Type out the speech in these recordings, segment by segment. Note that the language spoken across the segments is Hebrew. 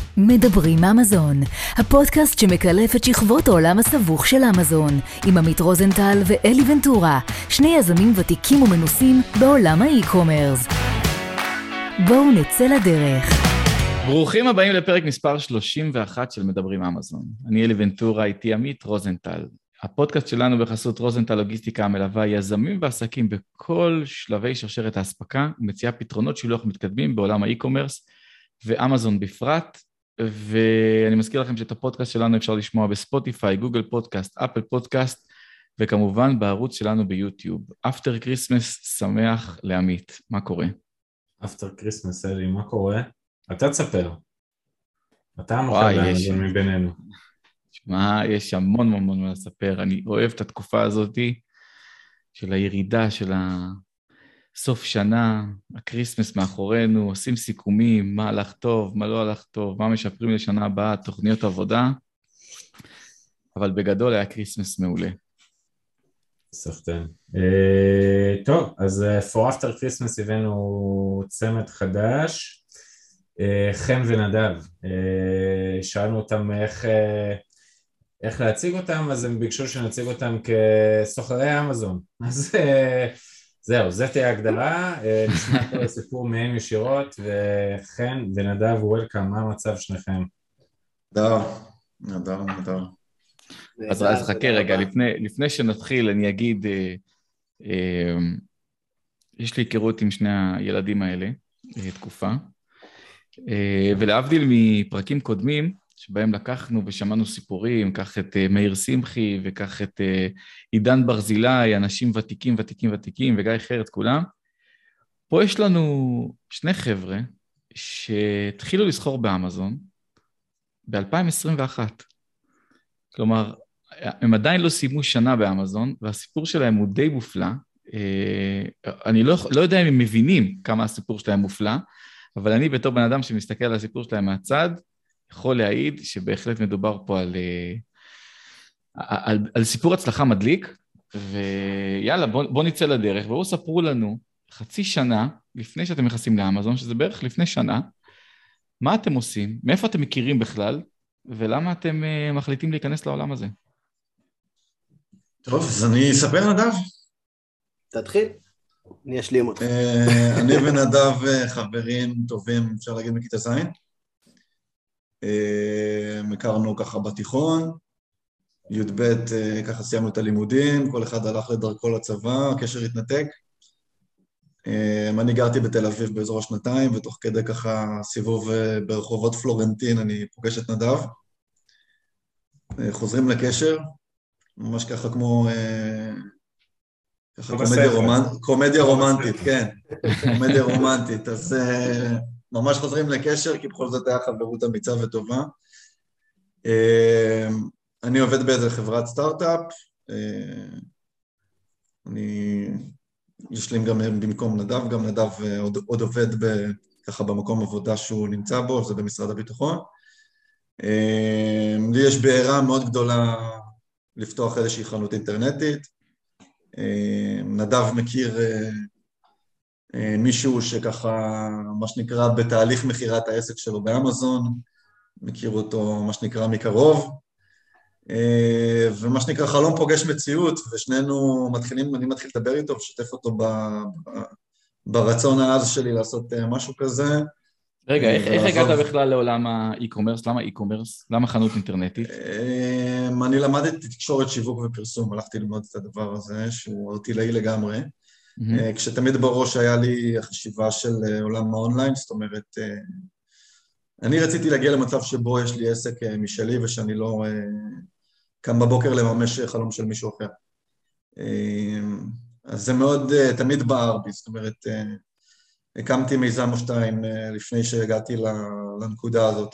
מדברים אמזון, הפודקאסט שמקלף את שכבות העולם הסבוך של אמזון, עם עמית רוזנטל ואלי ונטורה, שני יזמים ותיקים ומנוסים בעולם האי-קומרס. בואו נצא לדרך. ברוכים הבאים לפרק מספר 31 של מדברים אמזון. אני אלי ונטורה, איתי עמית רוזנטל. הפודקאסט שלנו בחסות רוזנטל לוגיסטיקה המלווה יזמים ועסקים בכל שלבי שרשרת האספקה, ומציעה פתרונות שילוח מתקדמים בעולם האי-קומרס ואמזון בפרט. ואני מזכיר לכם שאת הפודקאסט שלנו אפשר לשמוע בספוטיפיי, גוגל פודקאסט, אפל פודקאסט, וכמובן בערוץ שלנו ביוטיוב. אפטר קריסמס שמח לעמית. מה קורה? אפטר קריסמס, אלי, מה קורה? אתה תספר. אתה המוכר לאמזון מבינינו. שמע, יש המון מה לספר. אני אוהב את התקופה הזאת של הירידה, של סוף שנה, הקריסמס מאחורינו, עושים סיכומים, מה הלך טוב, מה לא הלך טוב, מה משפרים לשנה הבאה, תוכניות עבודה, אבל בגדול היה קריסמס מעולה. ספטן. טוב, אז for after Christmas הבאנו צמד חדש, חן ונדב. שאלנו אותם איך להציג אותם, אז הם ביקשו שנציג אותם כסוחרי אמזון. אז זהו, זאת תהיה ההגדרה, נשמע כל הסיפור מהם ישירות, וחן ונדב, וולקאם, מה המצב שניכם? נדב. אז חכה רגע, לפני שנתחיל אני אגיד, יש לי היכרות עם שני הילדים האלה, תקופה, ולהבדיל מפרקים קודמים, שבהם לקחנו ושמענו סיפורים, קח את מאיר שמחי וקח את עידן ברזילי, אנשים ותיקים, וגיא חרת כולם. פה יש לנו שני חבר'ה שהתחילו לסחור באמזון ב-2021. כלומר, הם עדיין לא סיימו שנה באמזון, והסיפור שלהם הוא די מופלא. אני לא יודע אם הם מבינים כמה הסיפור שלהם מופלא, אבל אני בתור בן אדם שמסתכל על הסיפור שלהם מהצד, יכול להעיד שבהחלט מדובר פה על סיפור הצלחה מדליק, ויאללה, בוא נצא לדרך, ובואו ספרו לנו חצי שנה לפני שאתם נכנסים לאמזון, שזה בערך לפני שנה, מה אתם עושים, מאיפה אתם מכירים בכלל, ולמה אתם מחליטים להיכנס לעולם הזה? טוב, אז אני אספר נדב. תתחיל, אני אשלים אותך. אני ונדב חברים טובים, אפשר להגיד מכיתה זין. הכרנו ככה בתיכון, י"ב ככה סיימנו את הלימודים, כל אחד הלך לדרכו לצבא, הקשר התנתק. אני גרתי בתל אביב באזור השנתיים, ותוך כדי ככה סיבוב ברחובות פלורנטין אני פוגש את נדב. חוזרים לקשר, ממש ככה כמו קומדיה רומנטית, כן, קומדיה רומנטית, אז ממש חוזרים לקשר, כי בכל זאת היה חברות אמיצה וטובה. אני עובד באיזה חברת סטארט-אפ, אני אשלים גם במקום נדב, גם נדב עוד עובד ככה במקום עבודה שהוא נמצא בו, זה במשרד הביטחון. לי יש בעירה מאוד גדולה לפתוח איזושהי חנות אינטרנטית. נדב מכיר מישהו שככה, מה שנקרא, בתהליך מחירת העסק שלו באמזון, מכיר אותו, מה שנקרא, מקרוב, ומה שנקרא, חלום פוגש מציאות, ושנינו מתחילים, אני מתחיל לדבר איתו, ושתף אותו ברצון העז שלי לעשות משהו כזה. רגע, איך הגעת בכלל לעולם האי-קומרס? למה אי-קומרס? למה חנות אינטרנטית? אני למדתי תקשורת שיווק ופרסום, הלכתי ללמוד את הדבר הזה, שהוא ארטילאי לגמרי, כשתמיד בראש היה לי החשיבה של עולם האונליין, זאת אומרת, אני רציתי להגיע למצב שבו יש לי עסק משלי, ושאני לא קם בבוקר לממש חלום של מישהו אחר. אז זה מאוד תמיד בער בי, זאת אומרת, הקמתי מיזם או שתיים לפני שהגעתי לנקודה הזאת,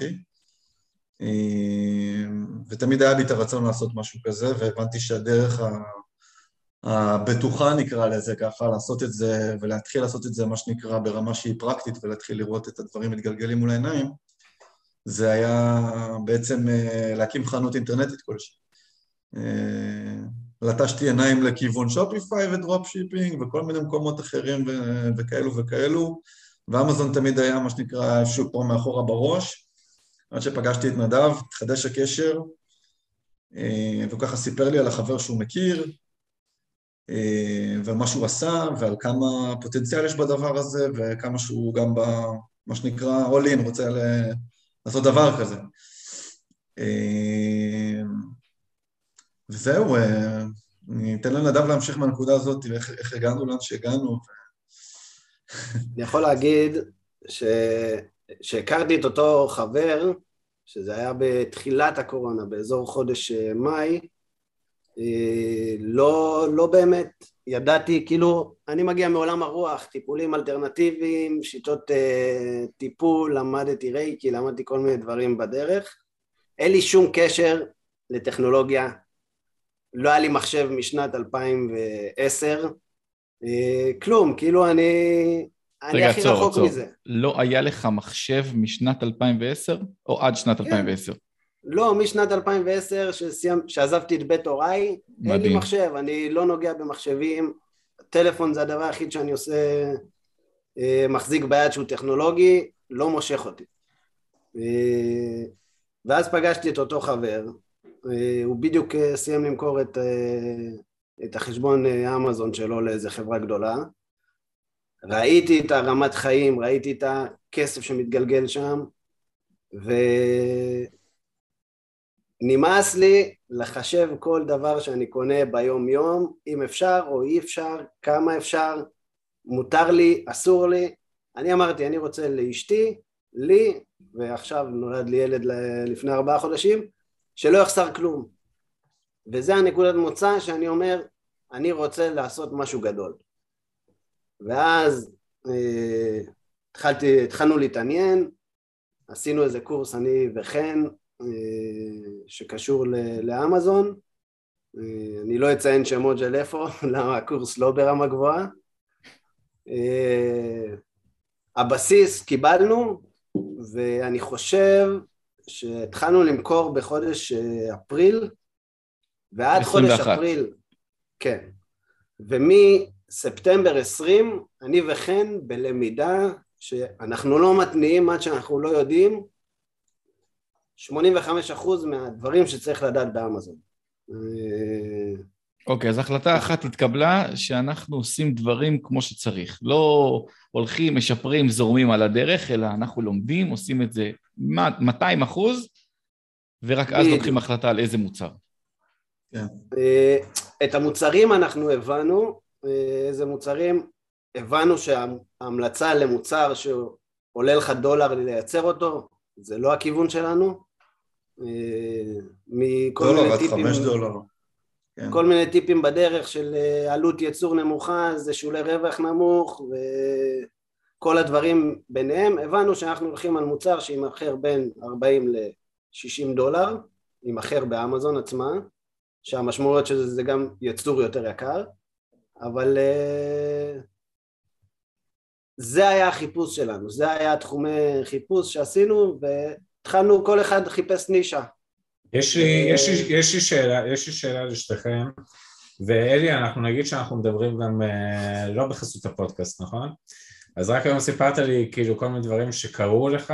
ותמיד היה לי את הרצון לעשות משהו כזה, והבנתי שהדרך הבטוחה נקרא לזה ככה, לעשות את זה ולהתחיל לעשות את זה מה שנקרא ברמה שהיא פרקטית, ולהתחיל לראות את הדברים מתגלגלים מול העיניים, זה היה בעצם להקים חנות אינטרנטית כלשהי. לטשתי עיניים לכיוון שופיפיי ודרופ שיפינג וכל מיני מקומות אחרים וכאלו, ואמזון תמיד היה מה שנקרא איפשהו פה מאחורה בראש, עד שפגשתי את נדב, התחדש הקשר, והוא ככה סיפר לי על החבר שהוא מכיר, ועל מה שהוא עשה, ועל כמה פוטנציאל יש בדבר הזה, וכמה שהוא גם מה שנקרא all in, רוצה לעשות דבר כזה. וזהו, אני אתן לנדב להמשיך מהנקודה הזאת, איך הגענו לאן שהגענו. אני יכול להגיד שהכרתי את אותו חבר, שזה היה בתחילת הקורונה, באזור חודש מאי, לא באמת ידעתי, כאילו, אני מגיע מעולם הרוח, טיפולים אלטרנטיביים, שיטות טיפול, למדתי רייקי, למדתי כל מיני דברים בדרך, אין לי שום קשר לטכנולוגיה, לא היה לי מחשב משנת 2010, כלום, כאילו אני הכי רחוק מזה. לא היה לך מחשב משנת 2010 או עד שנת 2010? לא, משנת 2010 שעזבתי את בית הוריי, אין לי מחשב, אני לא נוגע במחשבים, טלפון זה הדבר היחיד שאני עושה, מחזיק ביד שהוא טכנולוגי, לא מושך אותי. ואז פגשתי את אותו חבר, הוא בדיוק סיים למכור את החשבון אמזון שלו לאיזה חברה גדולה, ראיתי את הרמת חיים, ראיתי את הכסף שמתגלגל שם, ונמאס לי לחשב כל דבר שאני קונה ביום יום, אם אפשר או אי אפשר, כמה אפשר, מותר לי, אסור לי. אני אמרתי, אני רוצה לאשתי, לי, ועכשיו נולד לי ילד לפני 4 חודשים, שלא יחסר כלום. וזה הנקודת מוצא שאני אומר, אני רוצה לעשות משהו גדול. ואז התחלנו להתעניין, עשינו איזה קורס אני וכן, שקשור לאמזון, אני לא אציין שמות של איפה, למה הקורס לא ברמה גבוהה. הבסיס קיבלנו, ואני חושב שהתחלנו למכור בחודש אפריל, ועד 21. חודש אפריל, כן, ומספטמבר 20, אני וכן בלמידה, שאנחנו לא מתניעים עד שאנחנו לא יודעים, 85% מהדברים שצריך לדעת באמזון. אוקיי, אז החלטה אחת התקבלה שאנחנו עושים דברים כמו שצריך. לא הולכים, משפרים, זורמים על הדרך, אלא אנחנו לומדים, עושים את זה 200%, ורק אז לוקחים החלטה על איזה מוצר. את המוצרים אנחנו הבנו, איזה מוצרים, הבנו שההמלצה למוצר שעולה לך $1 לייצר אותו, זה לא הכיוון שלנו. דולר עד $5. כן. כל מיני טיפים בדרך של עלות ייצור נמוכה, זה שולי רווח נמוך, וכל הדברים ביניהם. הבנו שאנחנו הולכים על מוצר שימחר בין $40 ל-$60, ימחר באמזון עצמה, שהמשמעויות של זה גם ייצור יותר יקר, אבל זה היה החיפוש שלנו, זה היה התחומי חיפוש שעשינו, והתחלנו, כל אחד חיפש נישה. יש לי שאלה לשתיכם, ואלי, אנחנו נגיד שאנחנו מדברים גם לא בחסות הפודקאסט, נכון? אז רק היום סיפרת לי כאילו כל מיני דברים שקרו לך,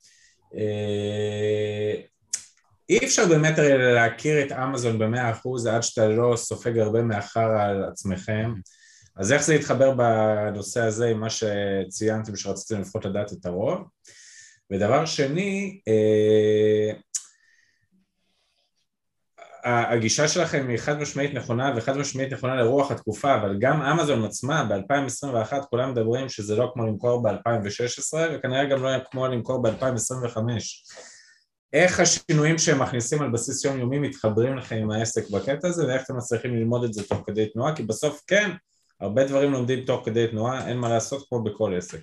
אי אפשר באמת להכיר את אמזון ב100% עד שאתה לא סופג הרבה מאחר על עצמכם, אז איך זה יתחבר בנושא הזה עם מה שציינתם שרציתם לפחות לדעת את הרוב? ודבר שני, הגישה שלכם היא חד משמעית נכונה, וחד משמעית נכונה לרוח התקופה, אבל גם אמזון עצמה ב-2021 כולם מדברים שזה לא כמו למכור ב-2016, וכנראה גם לא כמו למכור ב-2025. איך השינויים שהם מכניסים על בסיס יומיומי מתחברים לכם עם העסק בקטע הזה, ואיך אתם מצליחים ללמוד את זה תוך כדי תנועה, כי בסוף כן, הרבה דברים לומדים תוך כדי תנועה, אין מה לעשות כמו בכל עסק.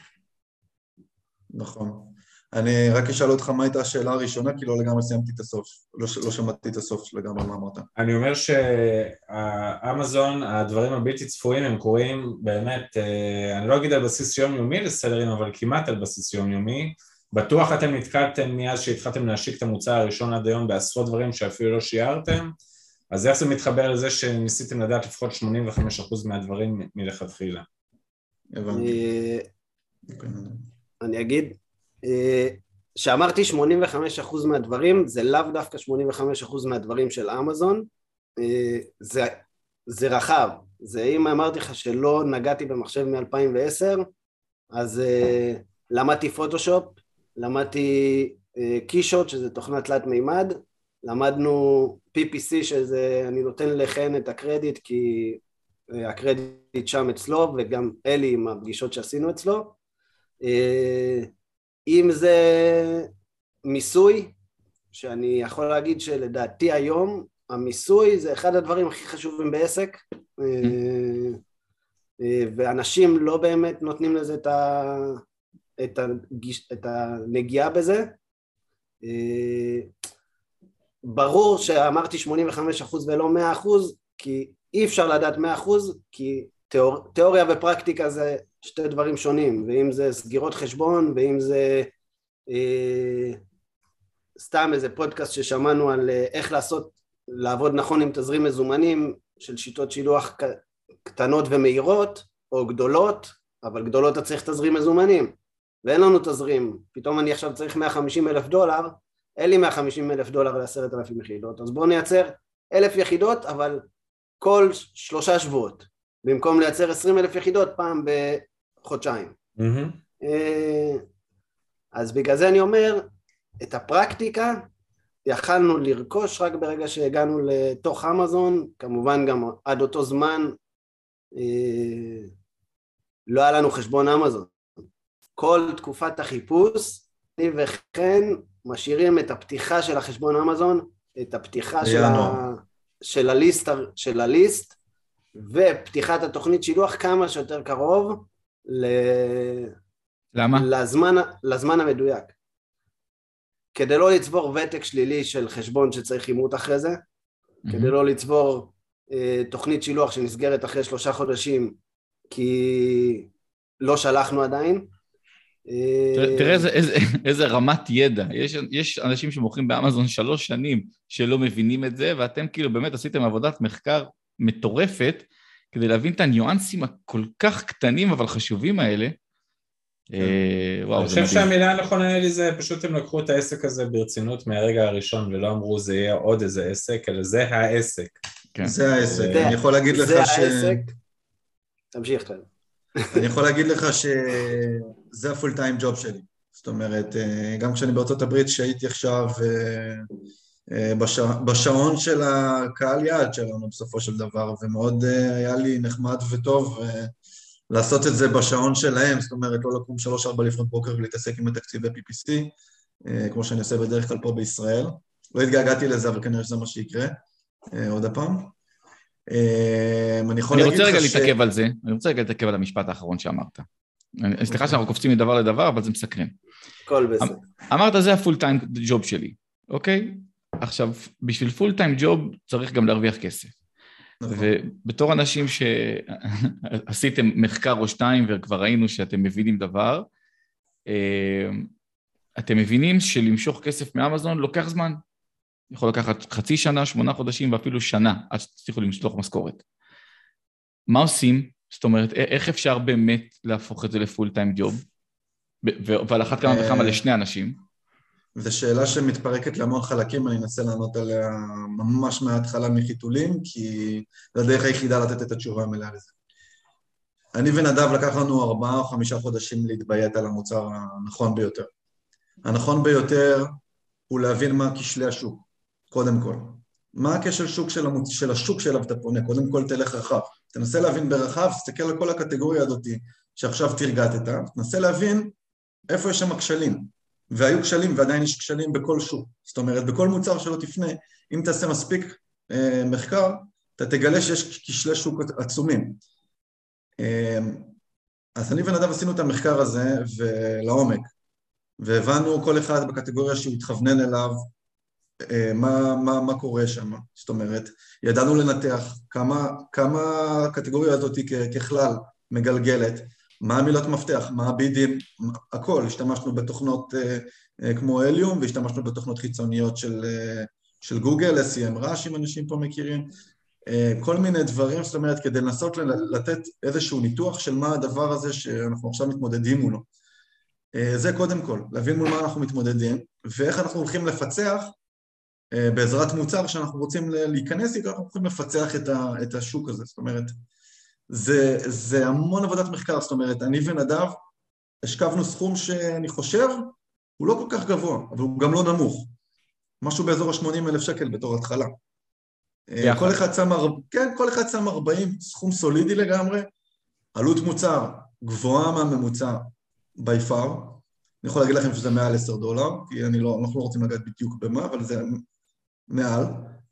נכון. אני רק אשאל אותך מה הייתה השאלה הראשונה, כי לא לגמרי סיימתי את הסוף, לא שמעתי את הסוף של לגמרי מה אמרת. אני אומר שהאמזון, הדברים הבלתי צפויים הם קורים באמת, אני לא אגיד על בסיס יומיומי לסלרים, אבל כמעט על בסיס יומיומי, בטוח אתם נתקלתם מאז שהתחלתם להשיק את המוצר הראשון עד היום בעשרות דברים שאפילו לא שיערתם, אז איך זה מתחבר לזה שניסיתם לדעת לפחות 85% מהדברים מלכתחילה? הבנתי. אני אגיד, שאמרתי 85% מהדברים, זה לאו דווקא 85% מהדברים של אמזון, זה רחב, זה אם אמרתי לך שלא נגעתי במחשב מ-2010, אז למדתי פוטושופ, למדתי קישוט, שזה תוכנת תלת מימד, למדנו PPC, שזה אני נותן לכן את הקרדיט, כי הקרדיט שם אצלו, וגם אלי עם הפגישות שעשינו אצלו, אם זה מיסוי, שאני יכול להגיד שלדעתי היום, המיסוי זה אחד הדברים הכי חשובים בעסק, ואנשים לא באמת נותנים לזה את הנגיעה בזה. ברור שאמרתי 85% ולא 100%, כי אי אפשר לדעת 100%, כי תיאוריה ופרקטיקה זה שתי דברים שונים, ואם זה סגירות חשבון, ואם זה סתם איזה פודקאסט ששמענו על איך לעבוד נכון עם תזרים מזומנים, של שיטות שילוח קטנות ומהירות, או גדולות, אבל גדולות אתה צריך תזרים מזומנים, ואין לנו תזרים, פתאום אני עכשיו צריך $150,000, אין לי $150,000 ל10,000 יחידות, אז בואו נייצר 1,000 יחידות, אבל כל 3 שבועות, במקום לייצר 20,000 יחידות פעם בחודשיים. אז בגלל זה אני אומר, את הפרקטיקה יכלנו לרכוש רק ברגע שהגענו לתוך אמזון, כמובן גם עד אותו זמן לא היה לנו חשבון אמזון. כל תקופת החיפוש, אני וכן משאירים את הפתיחה של החשבון אמזון, את הפתיחה של הליסט, ופתיחת התוכנית שילוח כמה שיותר קרוב למה? לזמן המדויק. כדי לא לצבור ותק שלילי של חשבון שצריך אימות אחרי זה, כדי לא לצבור תוכנית שילוח שנסגרת אחרי 3 חודשים, כי לא שלחנו עדיין. תראה איזה רמת ידע. יש אנשים שמוכרים באמזון 3 שנים שלא מבינים את זה, ואתם כאילו באמת עשיתם עבודת מחקר מטורפת, כדי להבין את הניואנסים הכל כך קטנים אבל חשובים האלה. אני חושב שהמילה הנכונה לי זה פשוט הם לקחו את העסק הזה ברצינות מהרגע הראשון, ולא אמרו זה יהיה עוד איזה עסק, אלא זה העסק. זה העסק. אני יכול להגיד לך ש... זה העסק. תמשיך כאן. אני יכול להגיד לך שזה הפול טיים ג'וב שלי. זאת אומרת, גם כשאני בארצות הברית שהייתי עכשיו בשעון של הקהל יעד שלנו בסופו של דבר, ומאוד היה לי נחמד וטוב לעשות את זה בשעון שלהם, זאת אומרת, לא לקום 3-4 לפנות בוקר ולהתעסק עם התקציבי PPC, כמו שאני עושה בדרך כלל פה בישראל. לא התגעגעתי לזה, אבל כנראה שזה מה שיקרה. עוד הפעם. אני רוצה רגע להתעכב על זה, אני רוצה רגע להתעכב על המשפט האחרון שאמרת. סליחה שאנחנו קופצים מדבר לדבר, אבל זה מסקרן. כל בסדר. אמרת, זה הפול טיים ג'וב שלי, אוקיי? עכשיו, בשביל פול טיים ג'וב צריך גם להרוויח כסף. ובתור אנשים שעשיתם מחקר או 2 וכבר ראינו שאתם מבינים דבר, אתם מבינים שלמשוך כסף מאמזון לוקח זמן. יכול לקחת חצי שנה, 8 חודשים ואפילו שנה עד שתצליחו למשלוח משכורת. מה עושים? זאת אומרת, איך אפשר באמת להפוך את זה לפול טיים ג'וב? ועל אחת כמה וכמה לשני אנשים? זו שאלה שמתפרקת להמון חלקים, אני אנסה לענות עליה ממש מההתחלה מחיתולים, כי זה הדרך היחידה לתת את התשובה המלאה לזה. אני ונדב לקח לנו 4 או 5 חודשים להתביית על המוצר הנכון ביותר. הנכון ביותר הוא להבין מה כשלי השוק, קודם כל. מה הכשל שוק של השוק שאליו אתה פונה? קודם כל תלך רחב. תנסה להבין ברחב, תסתכל על כל הקטגוריה הזאת שעכשיו תרגעת, תנסה להבין איפה יש שם כשלים. והיו כשלים ועדיין יש כשלים בכל שוק. זאת אומרת, בכל מוצר שלא תפנה, אם תעשה מספיק מחקר, אתה תגלה שיש כשלי שוק עצומים. אז אני ונדב עשינו את המחקר הזה לעומק, והבנו כל אחד בקטגוריה שהוא התכוונן אליו, מה קורה שם. זאת אומרת, ידענו לנתח כמה הקטגוריה הזאת ככלל מגלגלת, מה המילות מפתח, מה הבידים, הכל. השתמשנו בתוכנות כמו אליום, והשתמשנו בתוכנות חיצוניות של גוגל, SEMrush, אם אנשים פה מכירים, כל מיני דברים, זאת אומרת, כדי לנסות לתת איזשהו ניתוח של מה הדבר הזה שאנחנו עכשיו מתמודדים מולו. זה קודם כל, להבין מול מה אנחנו מתמודדים, ואיך אנחנו הולכים לפצח, בעזרת מוצר שאנחנו רוצים להיכנס איתו, אנחנו הולכים לפצח את השוק הזה, זאת אומרת, זה המון עבודת מחקר, זאת אומרת, אני ונדב, השקבנו סכום שאני חושב, הוא לא כל כך גבוה, אבל הוא גם לא נמוך, משהו באזור ה-80,000 שקל בתור התחלה. כל אחד שם 40, סכום סולידי לגמרי, עלות מוצר גבוהה מהממוצע by far, אני יכול להגיד לכם שזה מעל $10, כי אנחנו לא רוצים לגעת בדיוק במה, אבל זה מעל.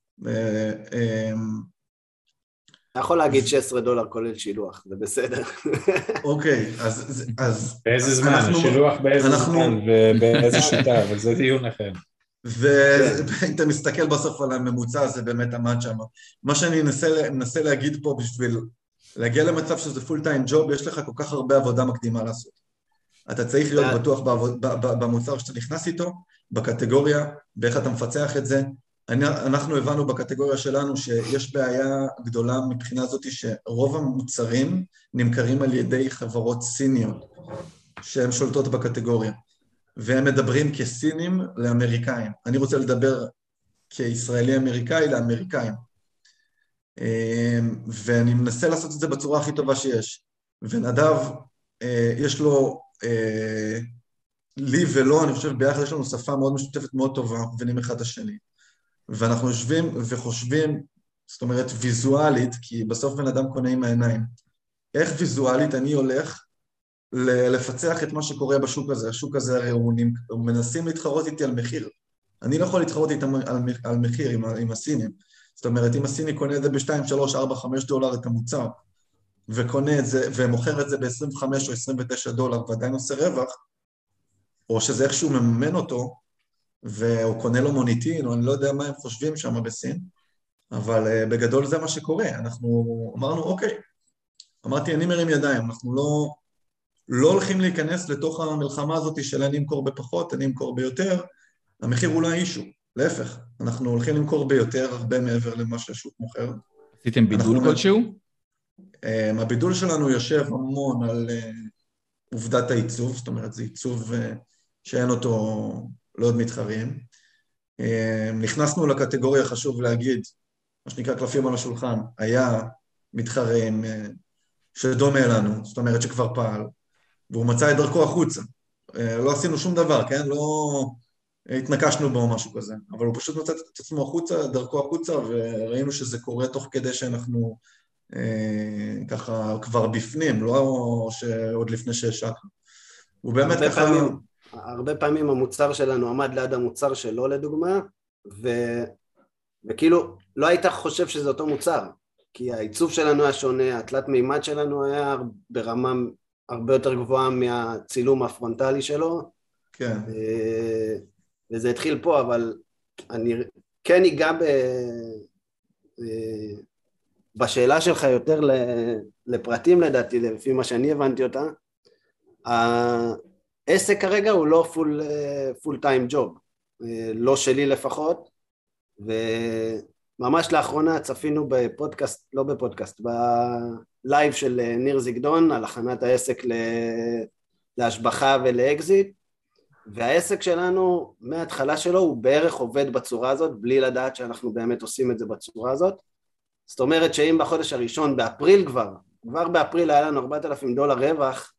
אתה יכול להגיד $16 כולל שילוח, זה בסדר. אוקיי, אז... באיזה זמן, שילוח באיזה זמן ובאיזה שיטה, אבל זה דיון אחר. ואם אתה מסתכל בסוף על הממוצע, זה באמת עמד שם. מה שאני מנסה להגיד פה בשביל להגיע למצב שזה פול טיים ג'וב, יש לך כל כך הרבה עבודה מקדימה לעשות. אתה צריך להיות בטוח במוצר שאתה נכנס איתו, בקטגוריה, באיך אתה מפצח את זה. אנחנו הבנו בקטגוריה שלנו שיש בעיה גדולה מבחינה זאת שרוב המוצרים נמכרים על ידי חברות סיניות שהן שולטות בקטגוריה, והם מדברים כסינים לאמריקאים. אני רוצה לדבר כישראלי-אמריקאי לאמריקאים, ואני מנסה לעשות את זה בצורה הכי טובה שיש. ונדב, יש לו, לי ולא, אני חושב ביחד יש לנו שפה מאוד משותפת, מאוד טובה, מבינים אחד את השני. ואנחנו יושבים וחושבים, זאת אומרת ויזואלית, כי בסוף בן אדם קונה עם העיניים. איך ויזואלית אני הולך לפצח את מה שקורה בשוק הזה? השוק הזה הרי הוא מנסים להתחרות איתי על מחיר. אני לא יכול להתחרות איתם על מחיר עם הסינים. זאת אומרת, אם הסיני קונה את זה ב-2, 3, 4, 5 דולר את המוצר, וקונה את זה, ומוכר את זה ב-25 או 29 דולר, ועדיין עושה רווח, או שזה איכשהו מממן אותו, והוא קונה לו מוניטין, או אני לא יודע מה הם חושבים שם בסין, אבל בגדול זה מה שקורה. אנחנו אמרנו, אוקיי, אמרתי, אני מרים ידיים, אנחנו לא הולכים להיכנס לתוך המלחמה הזאת של אני אמכור בפחות, אני אמכור ביותר, המחיר הוא לא אישו, להפך, אנחנו הולכים למכור ביותר, הרבה מעבר למה שהשוק מוכר. עשיתם בידול כלשהו? הבידול שלנו יושב המון על עובדת העיצוב, זאת אומרת, זה עיצוב שאין אותו לא עוד מתחרים. נכנסנו לקטגוריה, חשוב להגיד, מה שנקרא קלפים על השולחן, היה מתחרים שדומה לנו, זאת אומרת שכבר פעל, והוא מצא את דרכו החוצה. לא עשינו שום דבר, כן? לא התנקשנו בו או משהו כזה, אבל הוא פשוט מצא את עצמו החוצה, דרכו החוצה, וראינו שזה קורה תוך כדי שאנחנו ככה כבר בפנים, לא שעוד לפני שהשקנו. הוא באמת ככה... הרבה פעמים המוצר שלנו עמד ליד המוצר שלו לדוגמה, וכאילו לא היית חושב שזה אותו מוצר, כי העיצוב שלנו היה שונה, התלת מימד שלנו היה ברמה הרבה יותר גבוהה מהצילום הפרונטלי שלו, כן. וזה התחיל פה, אבל אני כן אגע בשאלה שלך יותר לפרטים לדעתי, לפי מה שאני הבנתי אותה. העסק כרגע הוא לא פול טיים ג'וב, לא שלי לפחות, וממש לאחרונה צפינו בפודקאסט, לא בפודקאסט, בלייב של ניר זיגדון על הכנת העסק להשבחה ולאקזיט, והעסק שלנו מההתחלה שלו הוא בערך עובד בצורה הזאת, בלי לדעת שאנחנו באמת עושים את זה בצורה הזאת. זאת אומרת שאם בחודש הראשון, באפריל כבר באפריל היה לנו $4,000 רווח,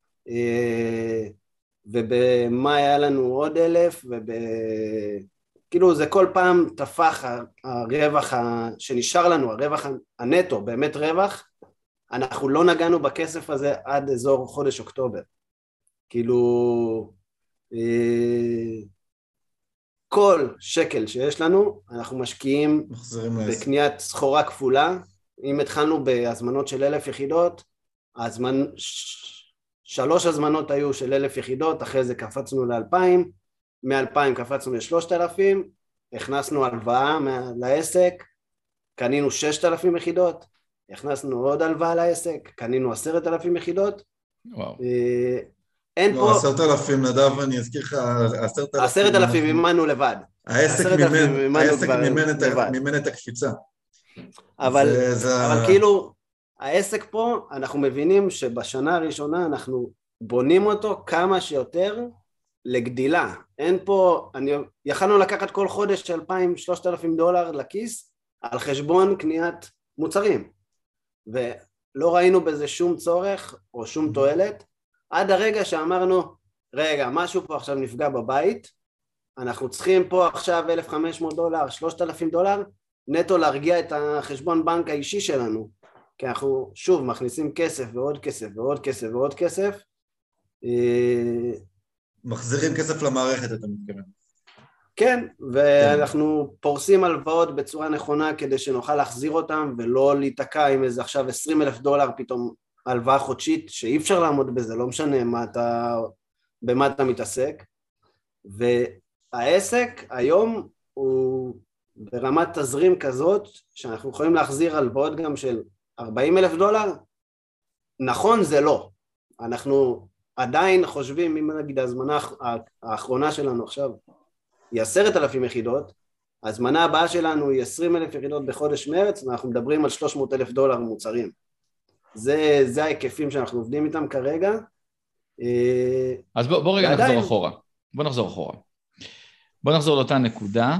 ובמה היה לנו עוד 1,000, כאילו זה כל פעם תפח הרווח שנשאר לנו, הרווח הנטו, באמת רווח, אנחנו לא נגענו בכסף הזה עד אזור חודש אוקטובר. כאילו, כל שקל שיש לנו, אנחנו משקיעים בקניית סחורה כפולה. אם התחלנו בהזמנות של 1,000 יחידות, 3 הזמנות היו של 1,000 יחידות, אחרי זה קפצנו ל-2,000, מ-2,000 קפצנו ל-3,000, הכנסנו הלוואה לעסק, קנינו 6,000 יחידות, הכנסנו עוד הלוואה לעסק, קנינו 10,000 יחידות. וואו. אין פה... 10,000 נדב, אני אזכיר לך, 10,000 מימנו לבד. העסק מימן את הקפיצה. אבל כאילו, העסק פה, אנחנו מבינים שבשנה הראשונה אנחנו בונים אותו כמה שיותר לגדילה. אין פה, יכלנו לקחת כל חודש $2,000-3,000 לכיס, על חשבון קניית מוצרים, ולא ראינו בזה שום צורך או שום תועלת, עד הרגע שאמרנו, רגע, משהו פה עכשיו נפגע בבית, אנחנו צריכים פה עכשיו $1,500, $3,000, נטו להרגיע את החשבון בנק האישי שלנו, כי אנחנו שוב מכניסים כסף ועוד כסף ועוד כסף ועוד כסף. מחזירים כסף למערכת, אתה מתכוון. כן, ואנחנו פורסים הלוואות בצורה נכונה כדי שנוכל להחזיר אותם, ולא להיתקע עם איזה עכשיו $20,000 פתאום הלוואה חודשית, שאי אפשר לעמוד בזה, לא משנה במה אתה מתעסק. והעסק היום הוא ברמת תזרים כזאת, שאנחנו יכולים להחזיר הלוואות גם של $40,000, נכון זה לא. אנחנו עדיין חושבים, אם נגיד הזמנה האחרונה שלנו עכשיו, היא 10,000 יחידות, הזמנה הבאה שלנו היא 20,000 יחידות בחודש מרץ, ואנחנו מדברים על $300,000 מוצרים. זה ההיקפים שאנחנו עובדים איתם כרגע. אז בוא רגע נחזור אחורה. בוא נחזור לאותה נקודה,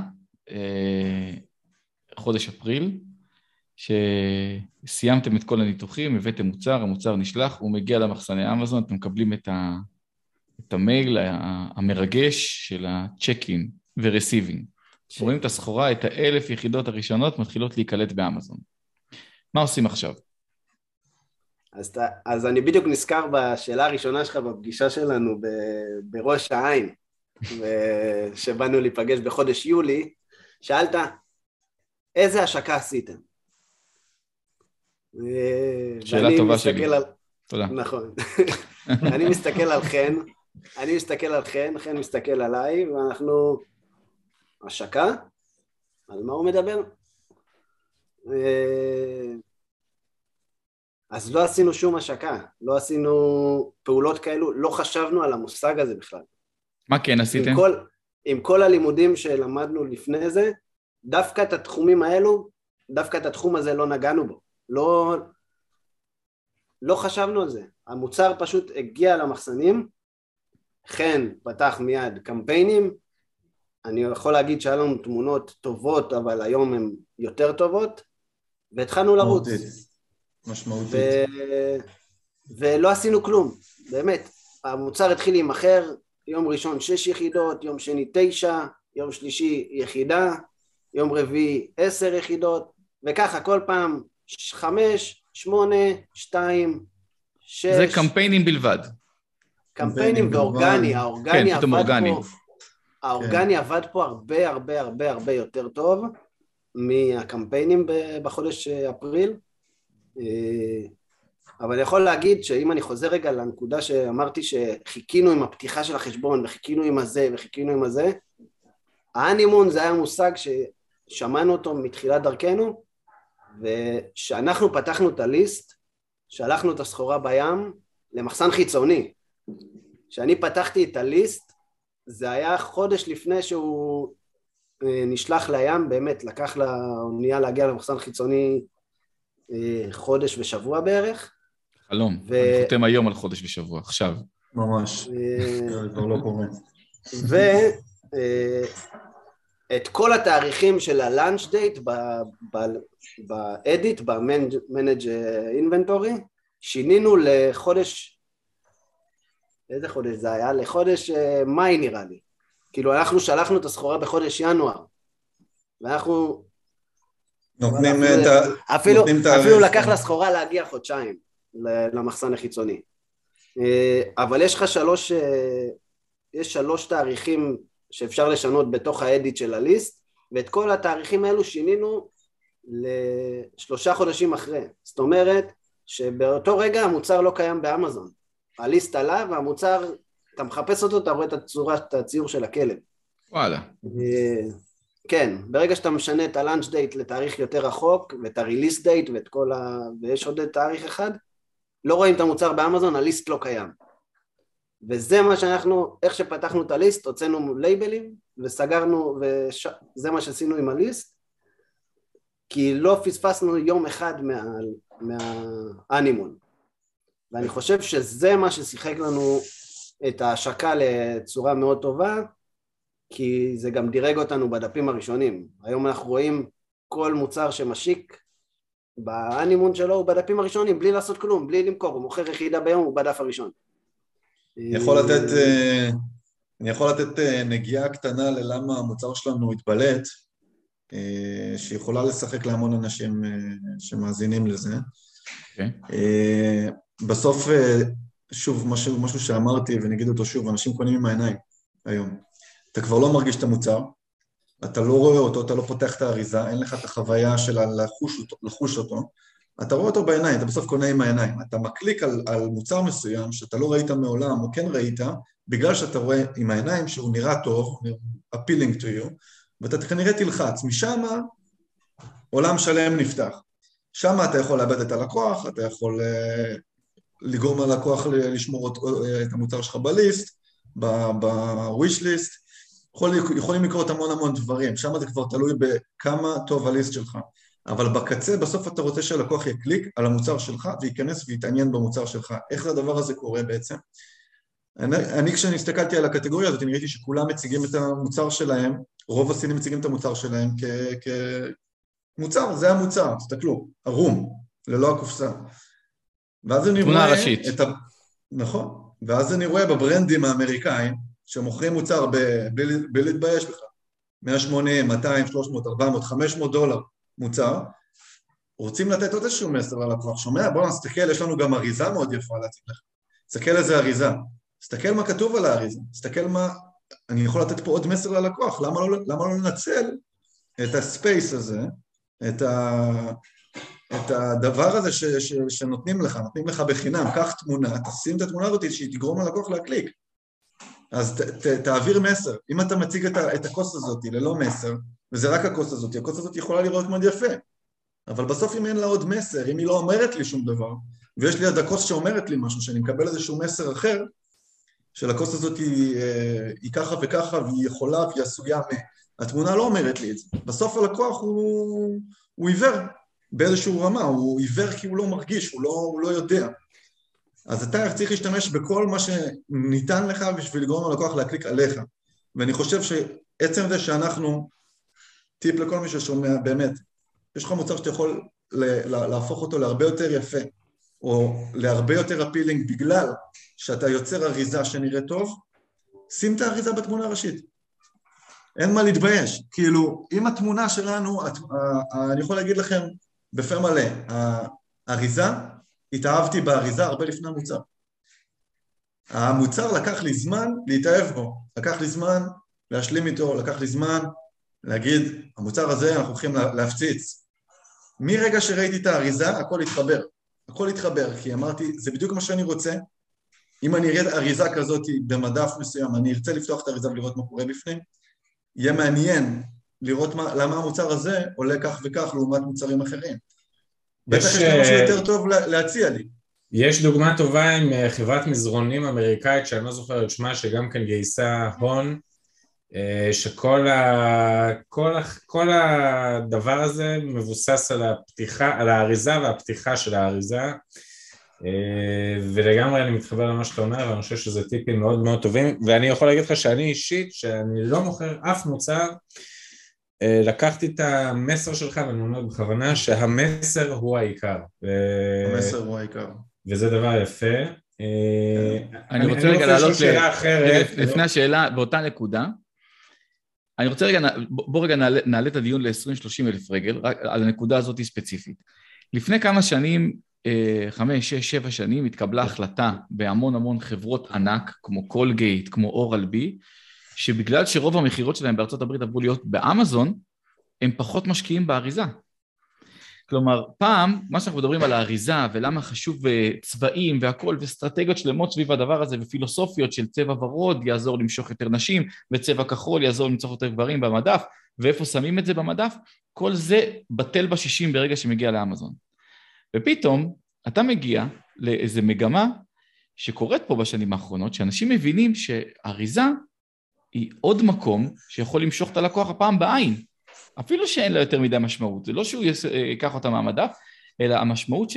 חודש אפריל, שסיימתם את כל הניתוחים, הבאתם מוצר, המוצר נשלח, הוא מגיע למחסני אמזון, אתם מקבלים את המייל המרגש של הצ'ק-אין ורסיבינג. רואים את הסחורה, את 1,000 יחידות הראשונות מתחילות להיקלט באמזון. מה עושים עכשיו? אז אני בדיוק נזכר בשאלה הראשונה שלך בפגישה שלנו בראש העין, שבאנו להיפגש בחודש יולי, שאלת, איזה השקה עשיתם? שאלה טובה שלי. תודה. נכון. אני מסתכל על חן מסתכל עליי, ואנחנו, השקה? על מה הוא מדבר? אז לא עשינו שום השקה, לא עשינו פעולות כאלו, לא חשבנו על המושג הזה בכלל. מה כן עשיתם? עם כל הלימודים שלמדנו לפני זה, דווקא את התחומים האלו, דווקא את התחום הזה לא נגענו בו. לא חשבנו על זה. המוצר פשוט הגיע למחסנים, חן פתח מיד קמפיינים, אני יכול להגיד שהיה לנו תמונות טובות, אבל היום הן יותר טובות, והתחלנו לרוץ. משמעותית. ולא עשינו כלום, באמת. המוצר התחיל להימחר, יום ראשון 6 יחידות, יום שני 9, יום שלישי יחידה, יום רביעי 10 יחידות, וככה כל פעם 5, 8, 2, 6. זה קמפיינים בלבד. קמפיינים ואורגני, האורגני כן, פתאום אורגני. האורגני עבד פה הרבה הרבה הרבה הרבה יותר טוב מהקמפיינים בחודש אפריל, אבל אני יכול להגיד שאם אני חוזר רגע לנקודה שאמרתי שחיכינו עם הפתיחה של החשבון וחיכינו עם הזה וחיכינו עם הזה, האנימון זה היה מושג ששמענו אותו מתחילת דרכנו, ושאנחנו פתחנו את הליסט, שלחנו את הסחורה בים למחסן חיצוני. כשאני פתחתי את הליסט, זה היה חודש לפני שהוא נשלח לים, באמת לקח לאונייה להגיע למחסן חיצוני חודש ושבוע בערך. חלום, אני חותם היום על חודש ושבוע, עכשיו. ממש, זה כבר לא קורה. את כל התאריכים של הלאנץ' דייט באדיט, במנג' אינבנטורי, שינינו לחודש, איזה חודש זה היה? לחודש מאי נראה לי. כאילו אנחנו שלחנו את הסחורה בחודש ינואר, ואנחנו נותנים אפילו לקח לסחורה להגיע חודשיים למחסן החיצוני. אבל יש לך שלוש תאריכים שאפשר לשנות בתוך האדיט של הליסט, ואת כל התאריכים האלו שינינו ל3 חודשים אחרי. זאת אומרת שבאותו רגע המוצר לא קיים באמזון. הליסט עלה והמוצר, אתה מחפש אותו, אתה רואה את הציור של הכלב. וואלה. כן, ברגע שאתה משנה את הלאנץ' דייט לתאריך יותר רחוק, ואת הריליס דייט ויש עוד תאריך אחד, לא רואים את המוצר באמזון, הליסט לא קיים. וזה מה שאנחנו, איך שפתחנו את הליסט, הוצאנו לייבלים וסגרנו, וזה מה שעשינו עם הליסט, כי לא פספסנו יום אחד מהאנימון. ואני חושב שזה מה ששיחק לנו את ההשקה לצורה מאוד טובה, כי זה גם דירג אותנו בדפים הראשונים. היום אנחנו רואים כל מוצר שמשיק באנימון שלו הוא בדפים הראשונים, בלי לעשות כלום, בלי למכור, הוא מוכר יחידה ביום, הוא בדף הראשון. אני יכול לתת נגיעה קטנה ללמה המוצר שלנו התבלט, שיכולה לשחק להמון אנשים שמאזינים לזה. בסוף, שוב, משהו שאמרתי ונגיד אותו שוב, אנשים קונים עם העיניים היום. אתה כבר לא מרגיש את המוצר, אתה לא רואה אותו, אתה לא פותח את האריזה, אין לך את החוויה של לחוש אותו, אתה רואה אותו בעיניים, אתה בסוף קונה עם העיניים, אתה מקליק על מוצר מסוים שאתה לא ראית מעולם או כן ראית, בגלל שאתה רואה עם העיניים שהוא נראה טוב, appealing to you, ואתה כנראה תלחץ, משם עולם שלם נפתח. שם אתה יכול לאבד את הלקוח, אתה יכול לגרום ללקוח לשמור את המוצר שלך בליסט, בוויש ליסט, יכולים לקרות המון דברים, שם זה כבר תלוי בכמה טוב הליסט שלך, אבל בקצה בסוף אתה רוצה שהלקוח יקליק על המוצר שלך וייכנס ויתעניין במוצר שלך. איך הדבר הזה קורה בעצם? אני כשאני הסתכלתי על הקטגוריה הזאת, אני ראיתי שכולם מציגים את המוצר שלהם, רוב הסינים מציגים את המוצר שלהם כמוצר, זה המוצר, תסתכלו, ערום, ללא הקופסה. ואז אני רואה נכון, ואז אני רואה בברנדים האמריקאים, שמוכרים מוצר בלי להתבייש בכלל, 180, 200, 300, 400, 500 דולר מוצר, רוצים לתת עוד איזשהו מסר ללקוח, שומע, בוא נסתכל, יש לנו גם אריזה מאוד יפה להציג לך, תסתכל איזה אריזה, תסתכל מה כתוב על האריזה, תסתכל מה, אני יכול לתת פה עוד מסר ללקוח, למה לא לנצל את הספייס הזה, את הדבר הזה שנותנים לך בחינם, קח תמונה, תשים את התמונה הזאת שהיא תגרום ללקוח להקליק, אז תעביר מסר. אם אתה מציג את הכוס הזאת ללא מסר, וזה רק הכוס הזאת יכולה לראות מאוד יפה, אבל בסוף אם אין לה עוד מסר, אם היא לא אומרת לי שום דבר, ויש לי עד הכוס שאומרת לי משהו, שאני מקבל איזשהו מסר אחר, שלכוס הזאת היא ככה וככה, והיא יכולה והיא עשויה התמונה לא אומרת לי את זה. בסוף הלקוח הוא עיוור באיזשהו רמה, הוא עיוור כי הוא לא מרגיש, הוא לא יודע. אז אתה צריך להשתמש בכל מה שניתן לך בשביל לגרום ללקוח להקליק עליך. ואני חושב שעצם זה שאנחנו, טיפ לכל מי ששומע, באמת, יש לך מוצר שאתה יכול להפוך אותו להרבה יותר יפה, או להרבה יותר אפילינג בגלל שאתה יוצר אריזה שנראה טוב, שים את האריזה בתמונה הראשית. אין מה להתבייש. כאילו, אם התמונה שלנו, אני יכול להגיד לכם בפה מלא, האריזה, התאהבתי באריזה הרבה לפני המוצר. המוצר לקח לי זמן להתאהב בו, לקח לי זמן להשלים איתו, לקח לי זמן להגיד, המוצר הזה אנחנו הולכים להפציץ. מרגע שראיתי את האריזה, הכל התחבר, כי אמרתי, זה בדיוק מה שאני רוצה. אם אני אראה אריזה כזאת במדף מסוים, אני ארצה לפתוח את האריזה ולראות מה קורה בפנים, יהיה מעניין לראות למה המוצר הזה עולה כך וכך לעומת מוצרים אחרים. בטח יש לי משהו יותר טוב להציע לי. יש דוגמה טובה עם חברת מזרונים אמריקאית, שאני לא זוכר את שמה, שגם כן גייסה הון, שכל הדבר הזה מבוסס על האריזה והפתיחה של האריזה, ולגמרי אני מתחבר למה שאתה אומר, ואני חושב שזה טיפים מאוד מאוד טובים, ואני יכול להגיד לך שאני אישית, שאני לא מוכר אף מוצר, לקחתי את המסר שלך, ואני אומר בכוונה שהמסר הוא העיקר. המסר הוא העיקר. וזה דבר יפה. אני רוצה רגע לעלות לפני השאלה, באותה נקודה, אני רוצה רגע, בוא רגע נעלה את הדיון ל-20-30 אלף רגל, על הנקודה הזאת ספציפית. לפני כמה שנים, 5, 6, 7 שנים, התקבלה החלטה בהמון חברות ענק, כמו קולגייט, כמו אורל בי, שבגלל שרוב המחירות שלהם בארצות הברית עברו להיות באמזון, הם פחות משקיעים באריזה. כלומר, פעם, מה שאנחנו מדברים על האריזה, ולמה חשוב צבעים והכל, וסטרטגיות שלמות סביב הדבר הזה, ופילוסופיות של צבע ורוד יעזור למשוך יותר נשים, וצבע כחול יעזור למצוא יותר גברים במדף, ואיפה שמים את זה במדף, כל זה בטל ב-60 ברגע שמגיע לאמזון. ופתאום, אתה מגיע לאיזו מגמה שקורית פה בשנים האחרונות, שאנשים מבינים שהאריזה היא עוד מקום שיכול למשוך את הלקוח הפעם בעין, אפילו שאין לה יותר מדי משמעות, זה לא שהוא ייקח אותה מהמדף, אלא המשמעות שלה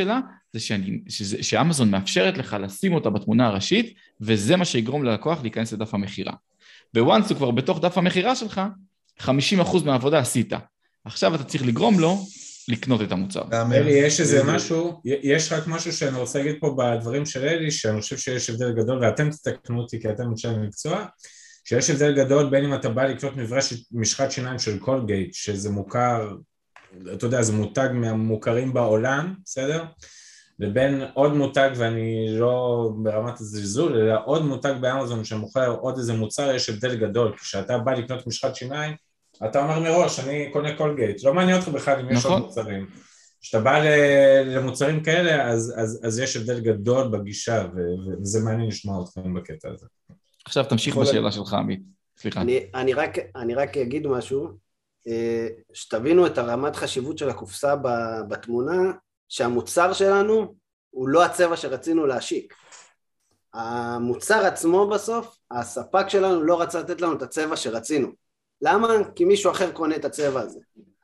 זה שאמזון מאפשרת לך לשים אותה בתמונה הראשית, וזה מה שיגרום ללקוח להיכנס לדף המחירה. בוואנס הוא כבר בתוך דף המחירה שלך, 50% מהעבודה עשית. עכשיו אתה צריך לגרום לו לקנות את המוצר. אלי, יש איזה משהו, יש רק משהו שאני רוצה להגיד פה בדברים של אלי, שאני חושב שיש הבדל גדול, ואתם תתקנו אותי כי אתם אנשי מקצוע, שיש הבדל גדול בין אם אתה בא לקנות משחת שיניים של קולגייט, שזה מוכר, אתה יודע, זה מותג מהמוכרים בעולם, בסדר? לבין עוד מותג, ואני לא ברמת הזלזול, אלא עוד מותג באמזון שמוכר עוד איזה מוצר, יש הבדל גדול. כשאתה בא לקנות משחת שיניים, אתה אומר מראש, אני קונה קולגייט, לא מעניין אותך בכלל אם יש עוד מוצרים. כשאתה בא למוצרים כאלה, אז יש הבדל גדול בגישה, וזה מעניין לשמוע אתכם בקטע הזה. עכשיו תמשיך בשאלה שלך, עמית. סליחה. אני רק אגיד משהו, שתבינו את הרמת חשיבות של הקופסה בתמונה, שהמוצר שלנו הוא לא הצבע שרצינו להשיק. המוצר עצמו בסוף, הספק שלנו לא רצה לתת לנו את הצבע שרצינו. למה? כי מישהו אחר קונה את הצבע הזה.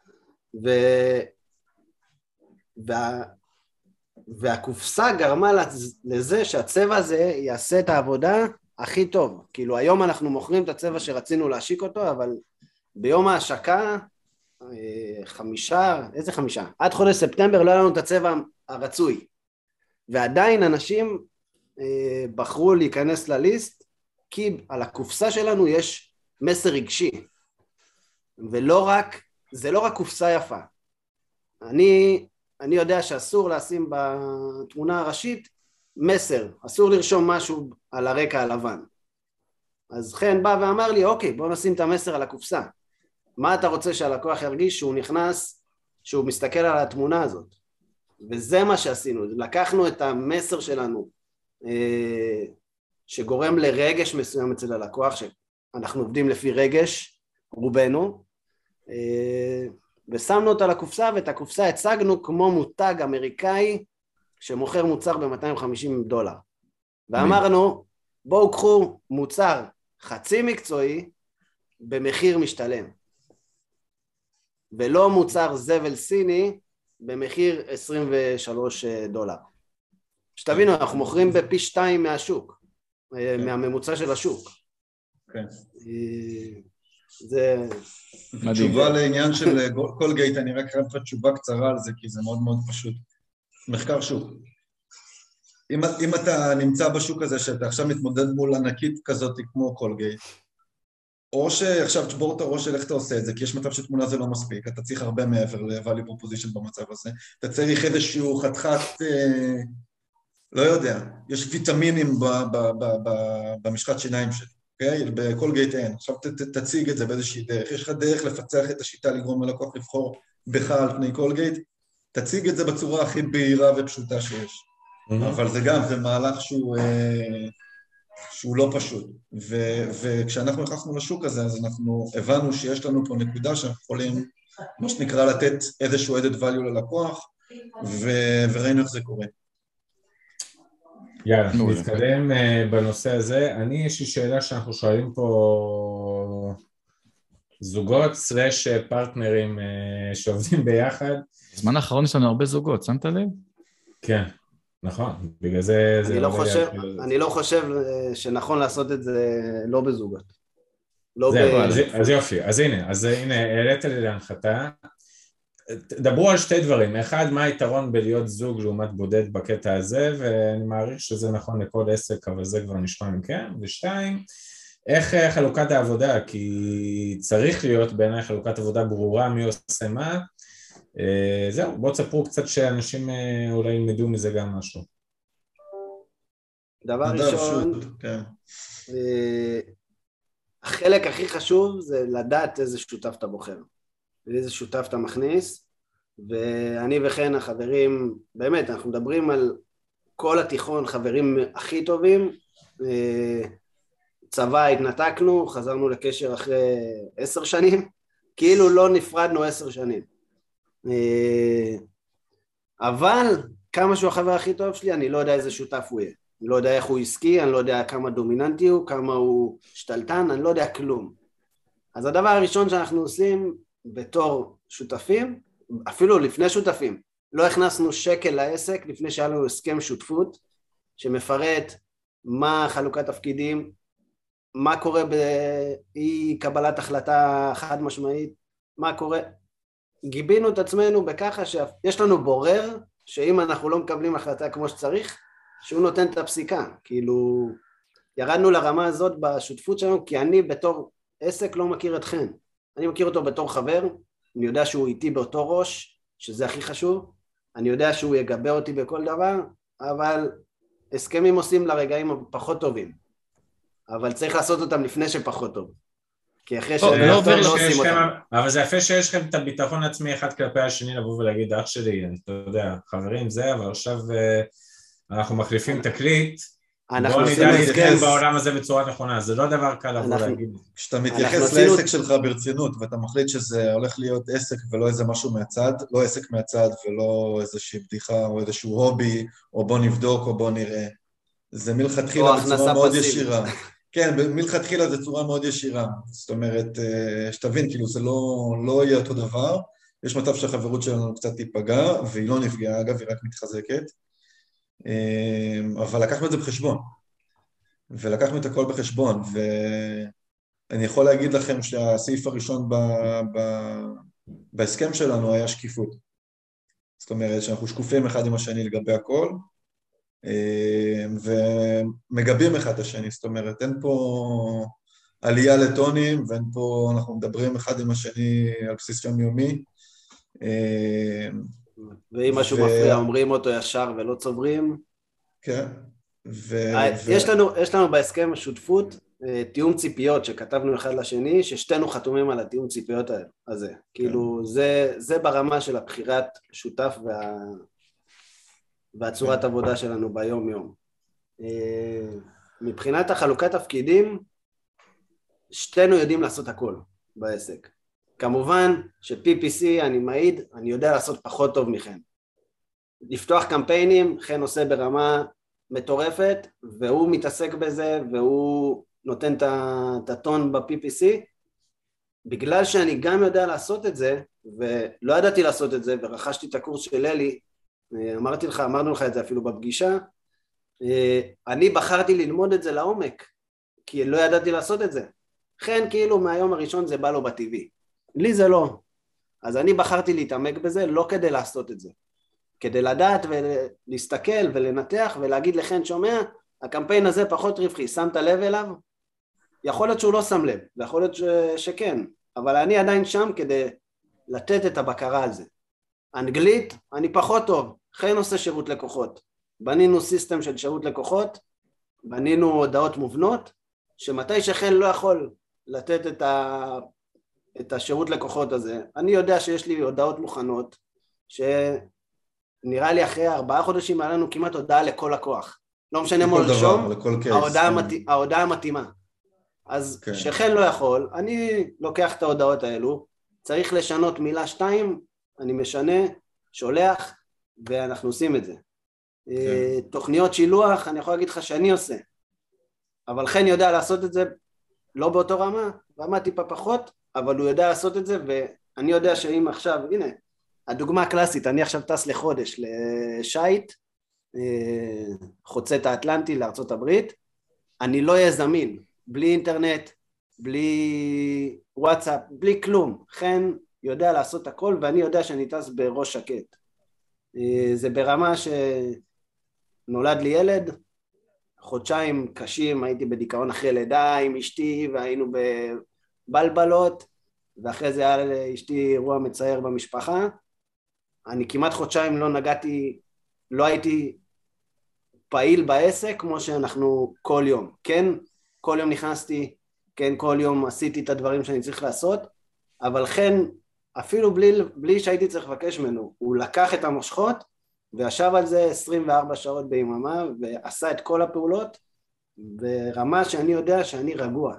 והקופסה גרמה לזה שהצבע הזה יעשה את העבודה הכי טוב. כאילו היום אנחנו מוכרים את הצבע שרצינו להשיק אותו, אבל ביום ההשקה, 5, איזה 5? עד חודש ספטמבר לא היה לנו את הצבע הרצוי. ועדיין אנשים בחרו להיכנס לליסט, כי על הקופסה שלנו יש מסר רגשי. זה לא רק קופסה יפה. אני יודע שאסור לשים בתמונה הראשית מסר, אסור לרשום משהו על הרקע הלבן. אז חן בא ואמר לי, אוקיי, בוא נשים את המסר על הקופסה. מה אתה רוצה שהלקוח ירגיש שהוא נכנס, שהוא מסתכל על התמונה הזאת? וזה מה שעשינו, לקחנו את המסר שלנו, שגורם לרגש מסוים אצל הלקוח, שאנחנו עובדים לפי רגש, רובנו, ושמנו אותה לקופסה, ואת הקופסה הצגנו כמו מותג אמריקאי, שמוכר מוצר ב$250. ואמרנו, בואו קחו מוצר חצי מקצועי, במחיר משתלם. ולא מוצר זבל סיני, במחיר $23. שתבינו, אנחנו מוכרים בפי 2 מהשוק, מהממוצע של השוק. כן. זה... תשובה לעניין של קולגייט, אני רק אראה לך תשובה קצרה על זה, כי זה מאוד מאוד פשוט. מחקר שוק. אם אתה נמצא בשוק הזה, שאתה עכשיו מתמודד מול ענקית כזאת כמו קולגייט, או שעכשיו תשבור את הראש של איך אתה עושה את זה, כי יש מצב שתמונה זה לא מספיק, אתה צריך הרבה מעבר ל-value proposition במצב הזה, אתה צריך איזשהו חתיכת, לא יודע, יש ויטמינים במשחת שיניים שלי, אוקיי? בקולגייט אין, עכשיו תציג את זה באיזושהי דרך, יש לך דרך לפצח את השיטה לגרום ללקוח לבחור בך על פני קולגייט, תציג את זה בצורה הכי בהירה ופשוטה שיש, אבל זה גם, זה מהלך שהוא לא פשוט, וכשאנחנו נכנסנו לשוק הזה, אז אנחנו הבנו שיש לנו פה נקודה שאנחנו יכולים, מה שנקרא, לתת איזשהו added value ללקוח, וראינו איך זה קורה. יאללה, נתקדם בנושא הזה. יש לי שאלה שאנחנו שואלים פה זוגות סלש פרטנרים שעובדים ביחד. בזמן האחרון יש לנו הרבה זוגות, שמת לב? כן. נכון, בגלל זה... אני לא חושב שנכון לעשות את זה לא בזוגות. אז יופי, אז הנה, העלית לי להנחתה. דברו על שתי דברים. אחד, מה היתרון בלהיות זוג לעומת בודד בקטע הזה, ואני מעריך שזה נכון לכל עסק, אבל זה כבר נשמע מכם. ושתיים, איך חלוקת העבודה, כי צריך להיות בעיניי חלוקת עבודה ברורה, מי עושה מה, זהו, בואו תספרו קצת שאנשים אולי ילמדו מזה גם משהו. דבר ראשון, החלק הכי חשוב זה לדעת איזה שותף אתה בוחר, ואיזה שותף אתה מכניס, ואני וכן החברים, באמת, אנחנו מדברים על כל התיכון, חברים הכי טובים, צבא התנתקנו, חזרנו לקשר אחרי 10 שנים, כאילו לא נפרדנו 10 שנים. אבל כמה שהוא החבר הכי טוב שלי, אני לא יודע איזה שותף הוא יהיה. אני לא יודע איך הוא עסקי, אני לא יודע כמה דומיננטי הוא, כמה הוא שתלטן, אני לא יודע כלום. אז הדבר הראשון שאנחנו עושים בתור שותפים, אפילו לפני שותפים, לא הכנסנו שקל לעסק לפני שהיה לנו הסכם שותפות, שמפרט מה חלוקת תפקידים, מה קורה באי קבלת החלטה חד משמעית, מה קורה, גיבינו את עצמנו בככה שיש לנו בורר, שאם אנחנו לא מקבלים החלטה כמו שצריך, שהוא נותן את הפסיקה, כאילו ירדנו לרמה הזאת בשותפות שלנו, כי אני בתור עסק לא מכיר אתכם, אני מכיר אותו בתור חבר, אני יודע שהוא איתי באותו ראש, שזה הכי חשוב, אני יודע שהוא יגבה אותי בכל דבר, אבל הסכמים עושים לרגעים הפחות טובים, אבל צריך לעשות אותם לפני שפחות טוב, כי אחרי לא עושים אותם. אבל זה יפה שיש לכם את הביטחון עצמי אחד כלפי השני, לבוא ולהגיד, אח שלי, אתה יודע, חברים זה, אבל עכשיו אנחנו מחליפים תקליט, בואו נדע להתקל בעולם הזה בצורה נכונה, זה לא דבר קל לבוא להגיד. כשאתה מתייחס לעסק שלך ברצינות, ואתה מחליט שזה הולך להיות עסק ולא איזה משהו מהצד, לא עסק מהצד ולא איזושהי בדיחה או איזשהו הובי, או בוא נבדוק או בוא נראה, זה מלכתחילה בצורה מאוד ישירה. כן, מלכתחילה זה צורה מאוד ישירה, זאת אומרת, שתבין, כאילו זה לא יהיה אותו דבר, יש מצב שהחברות שלנו קצת תיפגע, והיא לא נפגעה, אגב, היא רק מתחזקת, אבל לקחנו את זה בחשבון, ולקחנו את הכל בחשבון, ואני יכול להגיד לכם שהסעיף הראשון בהסכם שלנו היה שקיפות, זאת אומרת שאנחנו שקופים אחד עם השני לגבי הכל, ומגבים אחד את השני, זאת אומרת, אין פה עלייה לטונים, ואין פה, אנחנו מדברים אחד עם השני על בסיס יומיומי. ואם משהו מפריע, אומרים אותו ישר ולא צוברים. כן. יש לנו בהסכם השותפות תיאום ציפיות שכתבנו אחד לשני, ששתינו חתומים על התיאום ציפיות הזה. כאילו, זה ברמה של הבחירת שותף והצורת עבודה שלנו ביום יום. מבחינת החלוקת תפקידים, שתינו יודעים לעשות הכל בעסק. כמובן ש-PPC, אני מעיד, אני יודע לעשות פחות טוב מכם. לפתוח קמפיינים, חן עושה ברמה מטורפת, והוא מתעסק בזה, והוא נותן את הטון ב-PPC, בגלל שאני גם יודע לעשות את זה, ולא ידעתי לעשות את זה, ורכשתי את הקורס של אלי, אמרנו לך את זה אפילו בפגישה, אני בחרתי ללמוד את זה לעומק, כי לא ידעתי לעשות את זה. כן, כאילו מהיום הראשון זה בא לו בטבעי. לי זה לא. אז אני בחרתי להתעמק בזה, לא כדי לעשות את זה. כדי לדעת ולהסתכל ולנתח ולהגיד לכן שומע, הקמפיין הזה פחות רווחי, שמת לב אליו? יכול להיות שהוא לא שם לב, ויכול להיות שכן, אבל אני עדיין שם כדי לתת את הבקרה על זה. אנגלית, אני פחות טוב, חן עושה שירות לקוחות. בנינו סיסטם של שירות לקוחות, בנינו הודעות מובנות, שמתי שחן לא יכול לתת את השירות לקוחות הזה, אני יודע שיש לי הודעות מוכנות, שנראה לי אחרי 4 חודשים היה לנו כמעט הודעה לכל לקוח. לא משנה מה לרשום, ההודעה המתאימה. אז שחן לא יכול, אני לוקח את ההודעות האלו, צריך לשנות מילה 2, אני משנה, שולח, ואנחנו עושים את זה. תוכניות שילוח, אני יכול להגיד לך שאני עושה, אבל חן יודע לעשות את זה לא באותו רמה טיפה פחות, אבל הוא יודע לעשות את זה, ואני יודע שאם עכשיו, הנה, הדוגמה הקלאסית, אני עכשיו טס לחודש לשייט, חוצה את האטלנטי לארצות הברית, אני לא אהיה זמין, בלי אינטרנט, בלי וואטסאפ, בלי כלום, חן יודע לעשות הכל, ואני יודע שאני טס בראש שקט. זה ברמה שנולד לי ילד, חודשיים קשים, הייתי בדיכאון אחרי לידה עם אשתי, והיינו בבלבלות, ואחרי זה היה לאשתי אירוע מצער במשפחה, אני כמעט חודשיים לא נגעתי, לא הייתי פעיל בעסק, כמו שאנחנו כל יום, כן, כל יום נכנסתי, כן, כל יום עשיתי את הדברים שאני צריך לעשות, אבל כן, אפילו בלי שהייתי צריך לבקש ממנו, הוא לקח את המושכות, וישב על זה 24 שעות ביממה, ועשה את כל הפעולות, ברמה שאני יודע שאני רגוע.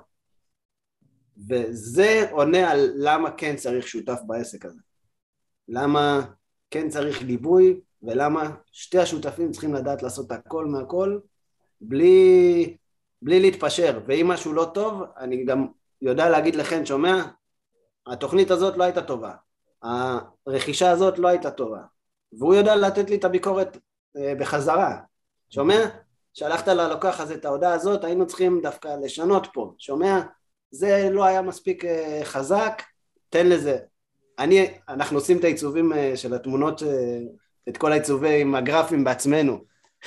וזה עונה על למה כן צריך שותף בעסק הזה. למה כן צריך גיבוי, ולמה שתי השותפים צריכים לדעת לעשות הכל מהכל, בלי להתפשר. ואם משהו לא טוב, אני גם יודע להגיד לכם, שומע, התוכנית הזאת לא הייתה טובה, הרכישה הזאת לא הייתה טובה, והוא יודע לתת לי את הביקורת בחזרה. שומע? שלחת ללקוח הזה את ההודעה הזאת, היינו צריכים דווקא לשנות פה. שומע? זה לא היה מספיק חזק, תן לזה. אנחנו עושים את העיצובים של התמונות, את כל העיצובים הגרפיים בעצמנו.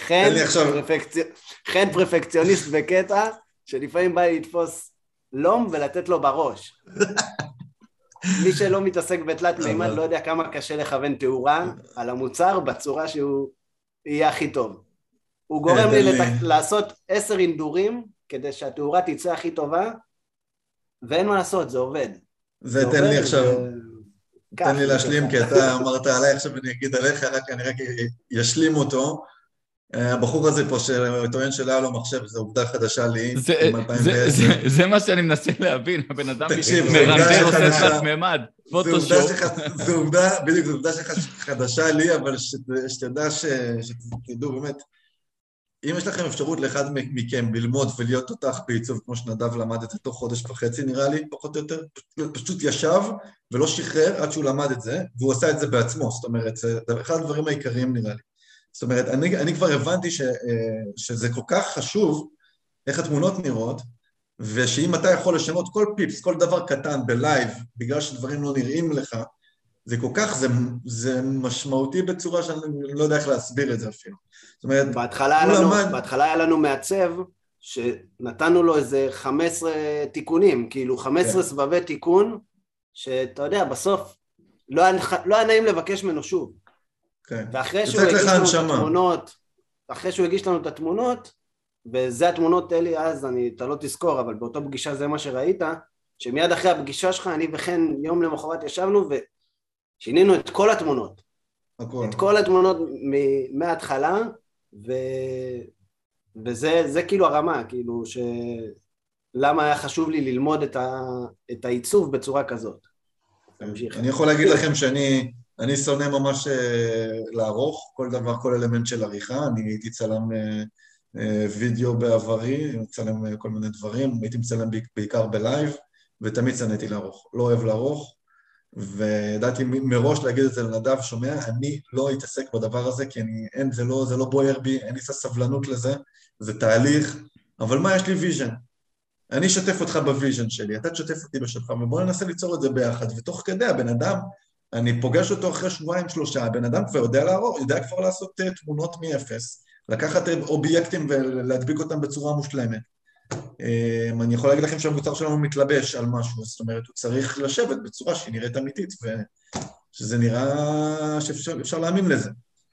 חן פרפקציוניסט בקטע, שלפעמים בא לתפוס לום ולתת לו בראש. מי שלא מתעסק בתלת מימד לא יודע כמה קשה לכוון תאורה על המוצר בצורה שהוא יהיה הכי טוב. הוא גורם לי לעשות 10 אינדורים כדי שהתאורה תצא הכי טובה, ואין מה לעשות, זה עובד. ותן לי עכשיו, תן לי להשלים, כי אתה אמרת עליי, עכשיו אני אגיד עליך, אני רק ישלים אותו. הבחור הזה פה שטוען שלא היה לו מחשב, זו עובדה חדשה לי, עם 2010. זה מה שאני מנסה להבין, הבן אדם מרנדר עושה תלת מימד, פוטושופ. זו עובדה, בדיוק, זו עובדה חדשה לי, אבל שתדע שתדעו באמת, אם יש לכם אפשרות לאחד מכם ללמוד ולהיות תותח בעיצוב, כמו שנדב למד את זה תוך חודש וחצי, נראה לי, פחות או יותר, פשוט ישב ולא שחרר עד שהוא למד את זה, והוא עשה את זה בעצמו, זאת אומרת, זה אחד הדברים העיקריים נראה לי. זאת אומרת, אני כבר הבנתי שזה כל כך חשוב איך התמונות נראות, ושאם אתה יכול לשנות כל פיפס, כל דבר קטן בלייב, בגלל שדברים לא נראים לך, זה כל כך, זה משמעותי בצורה שאני לא יודע איך להסביר את זה אפילו. זאת אומרת, בהתחלה היה לנו מעצב, שנתנו לו איזה 15 תיקונים, כאילו 15 סבבי תיקון, שאתה יודע, בסוף לא היה נעים לבקש ממנו שוב. ואחרי שהוא הגיש לנו את התמונות, וזה התמונות אלי אז, אתה לא תזכור, אבל באותו פגישה זה מה שראית, שמיד אחרי הפגישה שלך, אני וכן יום למחרת ישבנו, ושינינו את כל התמונות. את כל התמונות מההתחלה, וזה כאילו הרמה, כאילו למה היה חשוב לי ללמוד את העיצוב בצורה כזאת. אני יכול להגיד לכם אני שונא ממש לערוך, כל דבר, כל אלמנט של עריכה, אני הייתי צלם וידאו בעברי, צלם כל מיני דברים, הייתי מצלם בעיקר בלייב, ותמיד צנאתי לערוך, לא אוהב לערוך, וידעתי מראש להגיד את זה לנדב, שומע, אני לא אתעסק בדבר הזה, כי זה לא בוער בי, אין לי סבלנות לזה, זה תהליך, אבל מה, יש לי ויז'ן, אני אשתף אותך בוויז'ן שלי, אתה תשתף אותי בשלך, ובואו ננסה ליצור את זה ביחד, ותוך כדי הבן אדם, אני פוגש אותו אחרי 2-3, הבן אדם כבר יודע לערוך, יודע כבר לעשות תמונות מאפס, לקחת אובייקטים ולהדביק אותם בצורה מושלמת. אני יכול להגיד לכם שהמוצר שלנו מתלבש על משהו, זאת אומרת, הוא צריך לשבת בצורה שהיא נראית אמיתית, ושזה נראה שאפשר להאמין לזה.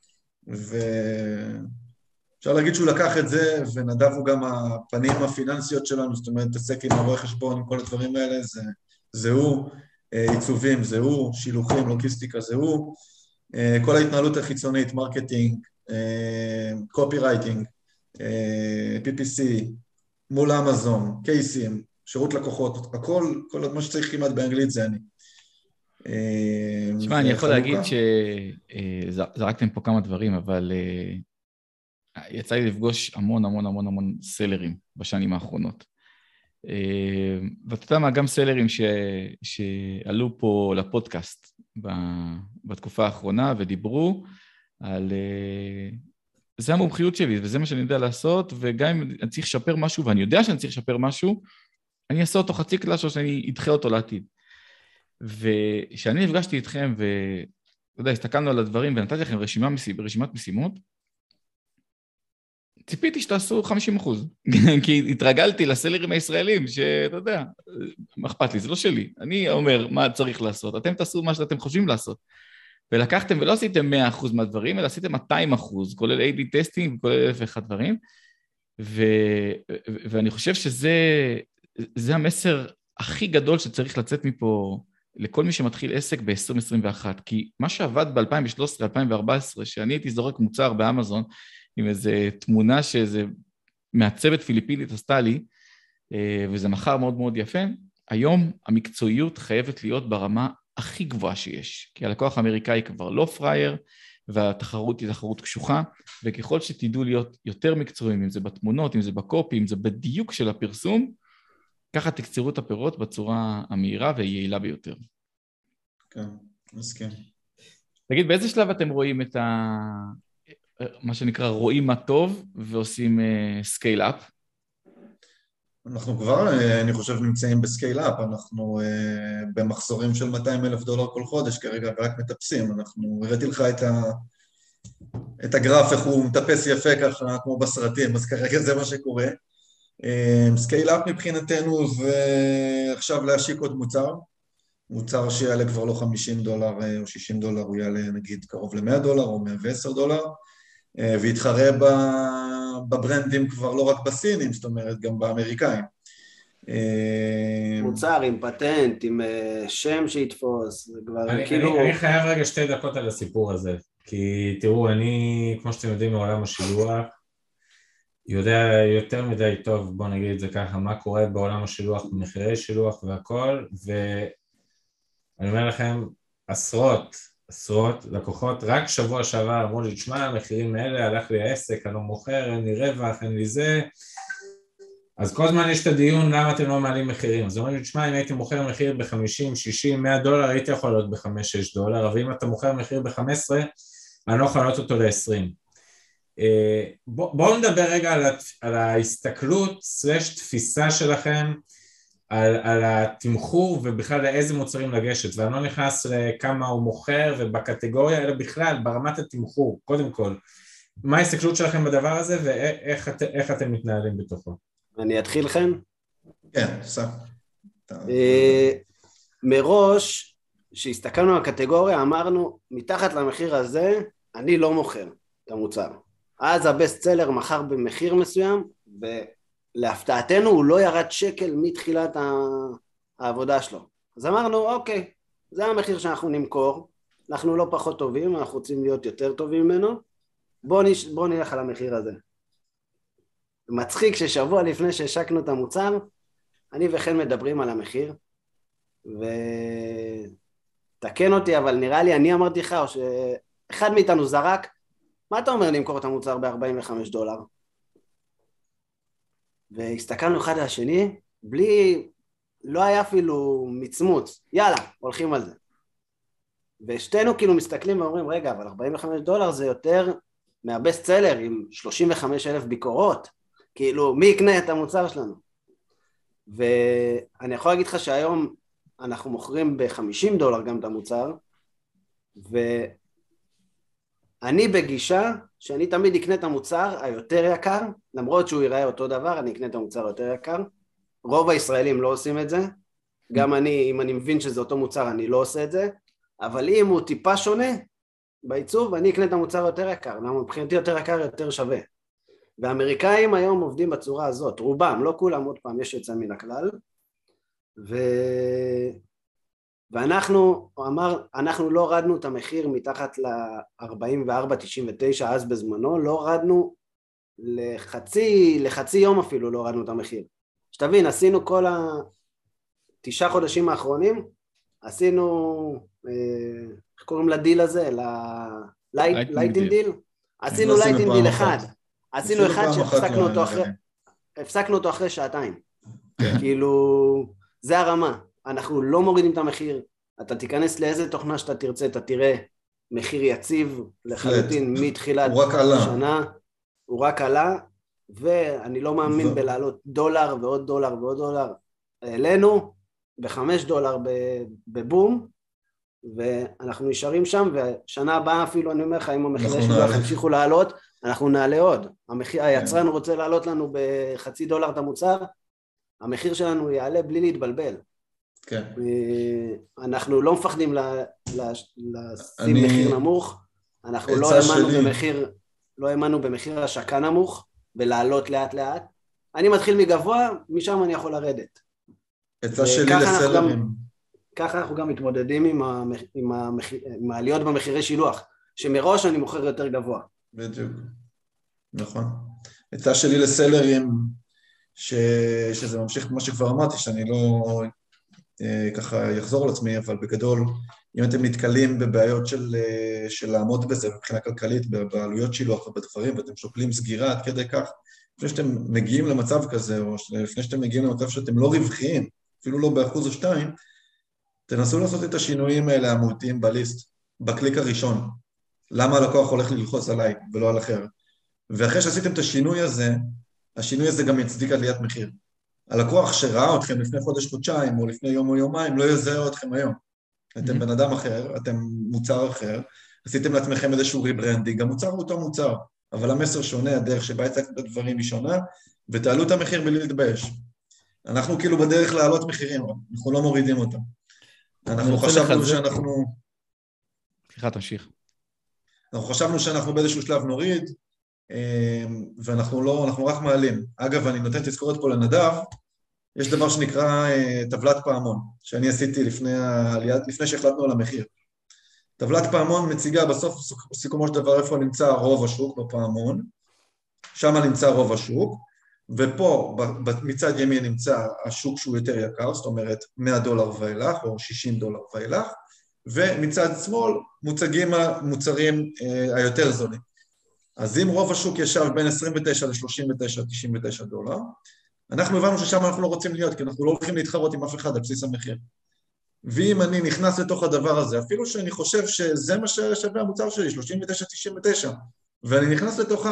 ואפשר להגיד שהוא לקח את זה, ונדב הוא גם הפנים הפיננסיות שלנו, זאת אומרת, תעסק עם הרואה חשבון, עם כל הדברים האלה, זה הוא. עיצובים, זהו, שילוחים, לוגיסטיקה, זהו, כל ההתנהלות החיצונית, מרקטינג, קופי רייטינג, PPC, מול אמזון, קייסים, שירות לקוחות, הכל, כל מה שצריך כמעט באנגלית זה אני. תשמע, אני יכול להגיד שזרקתם פה כמה דברים, אבל יצא לי לפגוש המון סלרים בשנים האחרונות. ואתה יודע מה, גם סלרים שעלו פה לפודקאסט בתקופה האחרונה ודיברו על זה המומחיות שלי וזה מה שאני יודע לעשות, וגם אם אני צריך לשפר משהו ואני יודע שאני צריך לשפר משהו, אני אעשה אותו חצי קלאש או שאני אדחה אותו לעתיד. וכשאני נפגשתי איתכם ואתה יודע, הסתכלנו על הדברים ונתתי לכם רשימת משימות, ציפיתי שתעשו 50%, כי התרגלתי לסלרים הישראלים, שאתה יודע, מה אכפת לי, זה לא שלי. אני אומר מה צריך לעשות, אתם תעשו מה שאתם חושבים לעשות. ולקחתם ולא עשיתם 100% מהדברים, אלא עשיתם 200%, כולל A-B טסטינג וכולל 1,001 דברים, ואני חושב שזה המסר הכי גדול שצריך לצאת מפה לכל מי שמתחיל עסק ב-2021, כי מה שעבד ב-2013-2014, שאני הייתי זורק מוצר באמזון, עם איזו תמונה שאיזו מעצבת פיליפינית עשתה לי, וזה מחר מאוד מאוד יפה, היום המקצועיות חייבת להיות ברמה הכי גבוהה שיש, כי הלקוח האמריקאי כבר לא פרייר, והתחרות היא תחרות קשוחה, וככל שתדעו להיות יותר מקצועיים, אם זה בתמונות, אם זה בקופי, אם זה בדיוק של הפרסום, ככה תקצרו את הפירות בצורה המהירה והיעילה ביותר. כן, מסכים. תגיד, באיזה שלב אתם רואים את מה שנקרא, רואים מה טוב ועושים סקייל-אפ? אנחנו כבר, אני חושב, נמצאים בסקייל-אפ, אנחנו במחזורים של $200,000 כל חודש, כרגע רק מטפסים, אנחנו הראיתי לך את הגרף, איך הוא מטפס יפה ככה, כמו בסרטים, אז כרגע זה מה שקורה. סקייל-אפ מבחינתנו, ועכשיו להשיק עוד מוצר שיעלה כבר לא $50 או $60, הוא יעלה נגיד קרוב $100 או $110, ויתחרה בברנדים כבר לא רק בסינים, זאת אומרת גם באמריקאים. מוצר עם פטנט, עם שם שיתפוס, זה כבר כאילו... אני חייב רגע 2 דקות על הסיפור הזה, כי תראו, אני, כמו שאתם יודעים מעולם השילוח, יודע יותר מדי טוב, בוא נגיד את זה ככה, מה קורה בעולם השילוח, במחירי שילוח והכל, ואני אומר לכם, עשרות לקוחות, רק שבוע שעבר אמרו לי, תשמע, המחירים האלה, הלך לי העסק, אני לא מוכר, אין לי רווח, אין לי זה, אז כל הזמן יש את הדיון, למה אתם לא מעלים מחירים? אז אומרים לי, תשמע, אם הייתי מוכר מחיר ב-50, 60, $100, הייתי יכול לעלות ב-5-6, אבל אם אתה מוכר מחיר ב-15, אני לא יכול לעלות אותו ל-20. בואו נדבר רגע על ההסתכלות, תפיסה שלכם, על התמחור ובכלל לאיזה מוצרים לגשת, ואני לא נכנס לכמה הוא מוכר ובקטגוריה, אלא בכלל ברמת התמחור, קודם כל. מה ההסתכלות שלכם בדבר הזה ואיך אתם מתנהלים בתוכו? אני אתחיל לכם? כן, סע. מראש, שהסתכלנו על הקטגוריה, אמרנו, מתחת למחיר הזה, אני לא מוכר את המוצר. אז הבסט סלר מכר במחיר מסוים, ולהפתעתנו הוא לא ירד שקל מתחילת העבודה שלו. אז אמרנו, אוקיי, זה המחיר שאנחנו נמכור, אנחנו לא פחות טובים, אנחנו רוצים להיות יותר טובים ממנו, בוא נלך על המחיר הזה. מצחיק ששבוע לפני שהשקנו את המוצר, אני וכן מדברים על המחיר, ותקן אותי, אבל נראה לי, אני אמרתי לך, או שאחד מאיתנו זרק, מה אתה אומר למכור את המוצר $45? והסתכלנו אחד על השני, לא היה אפילו מצמוץ, יאללה, הולכים על זה. ושתינו כאילו מסתכלים ואומרים, רגע, אבל $45 זה יותר מהבסט סלר עם 35,000 ביקורות, כאילו מי יקנה את המוצר שלנו? ואני יכול להגיד לך שהיום אנחנו מוכרים ב$50 גם את המוצר, ואני בגישה שאני תמיד אקנה את המוצר היותר יקר, למרות שהוא ייראה אותו דבר, אני אקנה את המוצר היותר יקר. רוב הישראלים לא עושים את זה, גם אני, אם אני מבין שזה אותו מוצר, אני לא עושה את זה, אבל אם הוא טיפה שונה בעיצוב, אני אקנה את המוצר יותר יקר, למה מבחינתי יותר יקר יותר שווה. והאמריקאים היום עובדים בצורה הזאת, רובם, לא כולם, עוד פעם, יש יוצא מן הכלל, אנחנו לא הורדנו את המחיר מתחת ל-44.99 אז בזמנו, לא הורדנו לחצי יום אפילו לא הורדנו את המחיר. שתבין, עשינו כל 9 חודשים האחרונים, עשינו, איך קוראים לדיל הזה? לייטינג דיל? עשינו לייטינג דיל אחד. עשינו אחד שהפסקנו אותו אחרי 2 שעתיים. כאילו, זה הרמה. אנחנו לא מורידים את המחיר. אתה תיכנס לאיזה תוכנה שאתה תרצה, אתה תראה מחיר יציב לחלוטין מתחילת השנה. הוא רק עלה, ואני לא מאמין בלעלות $1 ועוד $1 ועוד $1. העלינו $5 בבום, ואנחנו נשארים שם, ושנה הבאה אפילו אני אומר לך, אם המחירי שלו המשיכו לעלות, אנחנו נעלה עוד. היצרן רוצה לעלות לנו $0.50 את המוצר, המחיר שלנו יעלה בלי להתבלבל. כן. אנחנו לא מפחדים לשים מחיר נמוך, אנחנו לא האמנו במחיר השקה נמוך, ולעלות לאט לאט. אני מתחיל מגבוה, משם אני יכול לרדת. עצה שלי לסלרים. ככה אנחנו גם מתמודדים עם העליות במחירי שילוח, שמראש אני מוכר יותר גבוה. בדיוק, נכון. עצה שלי לסלרים, שזה ממשיך כמו שכבר אמרתי, שאני לא ככה יחזור על עצמי, אבל בגדול, אם אתם נתקלים בבעיות של לעמוד בזה, מבחינה כלכלית, בעלויות שילוח ובדברים, ואתם שוקלים סגירה עד כדי כך, לפני שאתם מגיעים למצב כזה, או לפני שאתם מגיעים למצב שאתם לא רווחיים, אפילו לא ב1% או 2%, תנסו לעשות את השינויים האלה המהותיים בליסט, בקליק הראשון. למה הלקוח הולך ללחוץ עליי ולא על אחר? ואחרי שעשיתם את השינוי הזה גם יצדיק עליית מחיר. הלקוח שראה אתכם לפני חודש-חודשיים, או לפני יום או יומיים, לא יזהה אתכם היום. אתם בן אדם אחר, אתם מוצר אחר, עשיתם לעצמכם איזשהו ריברנדינג, המוצר הוא אותו מוצר, אבל המסר שונה, הדרך שבה הצגת את הדברים היא שונה, ותעלו את המחיר בלי להתבייש. אנחנו כאילו בדרך להעלות מחירים, אנחנו לא מורידים אותם. אנחנו חשבנו שאנחנו... סליחה, תמשיך. אנחנו חשבנו שאנחנו באיזשהו שלב נוריד, ואנחנו לא, אנחנו רק מעלים. אגב, אני נותן תזכורת פה לנדב, יש דבר שנקרא טבלת פעמון, שאני עשיתי לפני שהחלטנו על המחיר. טבלת פעמון מציגה בסוף סיכומו של דבר איפה נמצא רוב השוק בפעמון, שם נמצא רוב השוק, ופה מצד ימין נמצא השוק שהוא יותר יקר, זאת אומרת $100 ואילך או $60 ואילך, ומצד שמאל מוצגים המוצרים היותר זולים. אז אם רוב השוק ישב בין 29 ל-39, $99, אנחנו הבנו ששם אנחנו לא רוצים להיות, כי אנחנו לא הולכים להתחרות עם אף אחד על בסיס המחיר. ואם אני נכנס לתוך הדבר הזה, אפילו שאני חושב שזה מה ששווה המוצר שלי, 39.99, ואני נכנס לתוך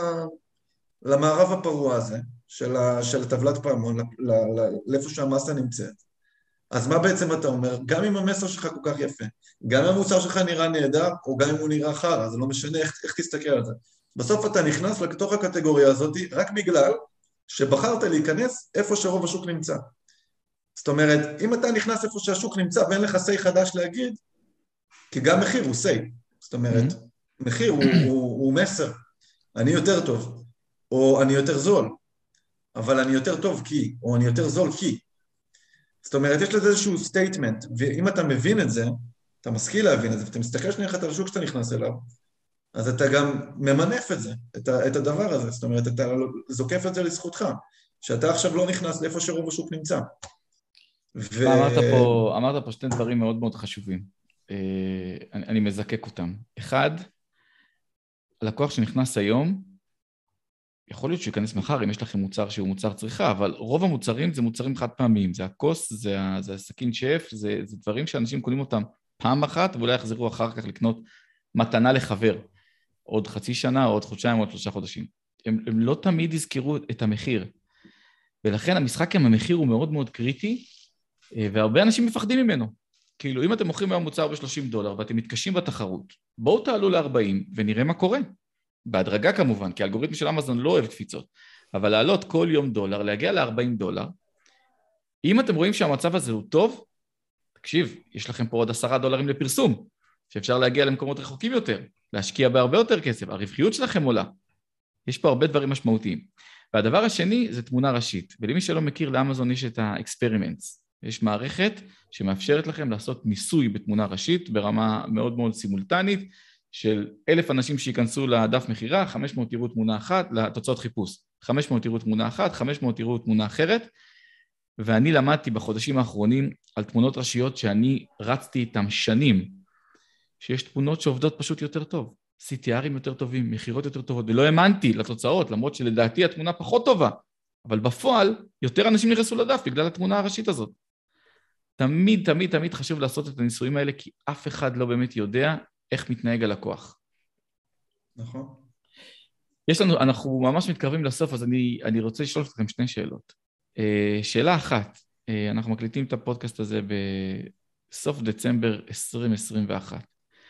למערב הפרוע הזה, של הטבלת פעמון, לאיפה שהמסה נמצאת, אז מה בעצם אתה אומר? גם אם המסר שלך כל כך יפה, גם אם המוצר שלך נראה נהדר, או גם אם הוא נראה חרא, זה לא משנה איך תסתכל על זה. בסוף אתה נכנס לתוך הקטגוריה הזאת, רק בגלל שבחרת להיכנס איפה שרוב השוק נמצא. זאת אומרת, אם אתה נכנס איפה שהשוק נמצא, ואין לך סי חדש להגיד, כי גם מחיר הוא סי. זאת אומרת, מחיר הוא מסר. אני יותר טוב, או אני יותר זול, אבל אני יותר טוב כי, או אני יותר זול כי. זאת אומרת, יש לזה איזשהו סטייטמנט, ואם אתה מבין את זה, אתה משכיל להבין את זה, ואתה מסתכל שנייה אחת על השוק שאתה נכנס אליו, אז אתה גם ממנף את זה, את הדבר הזה, זאת אומרת, אתה זוקף את זה לזכותך, שאתה עכשיו לא נכנס לאיפה שרוב השוק נמצא. אמרת פה שני דברים מאוד מאוד חשובים, אני מזקק אותם. אחד, הלקוח שנכנס היום, יכול להיות שיכנס מחר אם יש לכם מוצר שהוא מוצר צריכה, אבל רוב המוצרים זה מוצרים חד פעמיים, זה הכוס, זה הסכין שף, זה דברים שאנשים קונים אותם פעם אחת, ואולי יחזרו אחר כך לקנות מתנה לחבר, עוד חצי שנה, או עוד חודשיים, או עוד 3 חודשים. הם לא תמיד יזכרו את המחיר, ולכן המשחק עם המחיר הוא מאוד מאוד קריטי, והרבה אנשים מפחדים ממנו. כאילו, אם אתם מוכרים היום מוצר $30, ואתם מתקשים בתחרות, בואו תעלו ל-40, ונראה מה קורה. בהדרגה כמובן, כי האלגוריתם של אמזון לא אוהב קפיצות, אבל לעלות כל יום $1, להגיע ל$40, אם אתם רואים שהמצב הזה הוא טוב, תקשיב, יש לכם פה עוד $10 לפרסום, שאפשר להגיע למקומות רחוקים יותר, להשקיע בהרבה יותר כסף, הרווחיות שלכם עולה. יש פה הרבה דברים משמעותיים. והדבר השני זה תמונה ראשית, ולמי שלא מכיר, לאמזון יש את האקספרימנטס. יש מערכת שמאפשרת לכם לעשות ניסוי בתמונה ראשית, ברמה מאוד מאוד סימולטנית, של 1,000 אנשים שיכנסו לדף מחירה, 500 יראו תמונה אחת, לתוצאות חיפוש. 500 יראו תמונה אחת, 500 יראו תמונה אחרת, ואני למדתי בחודשים האחרונים על תמונות ראשיות שאני רצתי איתם שנים, שיש תמונות שעובדות פשוט יותר טוב, CTR'ים יותר טובים, מחירות יותר טובות, ולא האמנתי לתוצאות, למרות שלדעתי התמונה פחות טובה, אבל בפועל יותר אנשים נכנסו לדף בגלל התמונה הראשית הזאת. תמיד, תמיד, תמיד חשוב לעשות את הניסויים האלה, כי אף אחד לא באמת יודע איך מתנהג הלקוח. נכון. אנחנו ממש מתקרבים לסוף, אז אני רוצה לשאול אתכם 2 שאלות. שאלה אחת, אנחנו מקליטים את הפודקאסט הזה בסוף דצמבר 2021.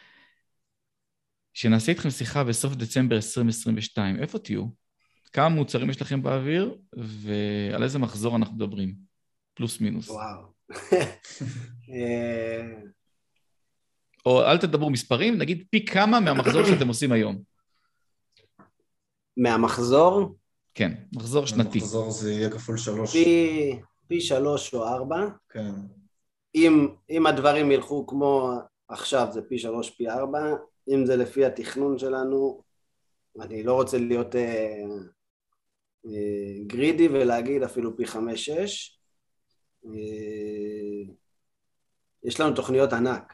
שנעשה איתכם שיחה בסוף דצמבר 2022, איפה תהיו? כמה מוצרים יש לכם באוויר, ועל איזה מחזור אנחנו מדברים? פלוס מינוס. וואו. או אל תדברו מספרים, נגיד פי כמה מהמחזור שאתם עושים היום. מהמחזור? כן, מחזור שנתי. המחזור זה יהיה כפול 3. פי 3 או 4. כן. אם הדברים ילכו כמו עכשיו, זה פי 3, פי 4. אם זה לפי התכנון שלנו, אני לא רוצה להיות גרידי ולהגיד אפילו פי 5-6. יש לנו תוכניות ענק.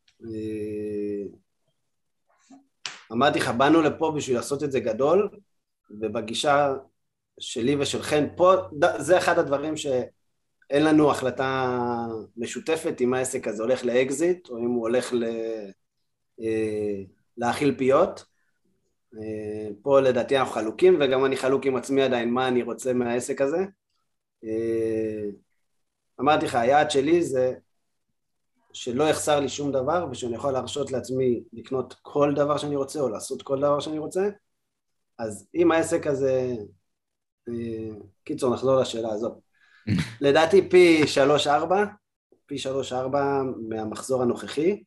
אמרתי לך, באנו לפה בשביל לעשות את זה גדול, ובגישה שלי ושל חן פה, זה אחד הדברים שאין לנו החלטה משותפת אם העסק הזה הולך לאקזיט, או אם הוא הולך להאכיל פיות. פה לדעתי אנחנו חלוקים, וגם אני חלוק עם עצמי עדיין מה אני רוצה מהעסק הזה. אמרתי לך, היעד שלי זה שלא יחסר לי שום דבר, ושאני יכול להרשות לעצמי לקנות כל דבר שאני רוצה, או לעשות כל דבר שאני רוצה. אז אם העסק הזה, קיצור, נחזור לשאלה הזאת. לדעתי פי 3-4 מהמחזור הנוכחי.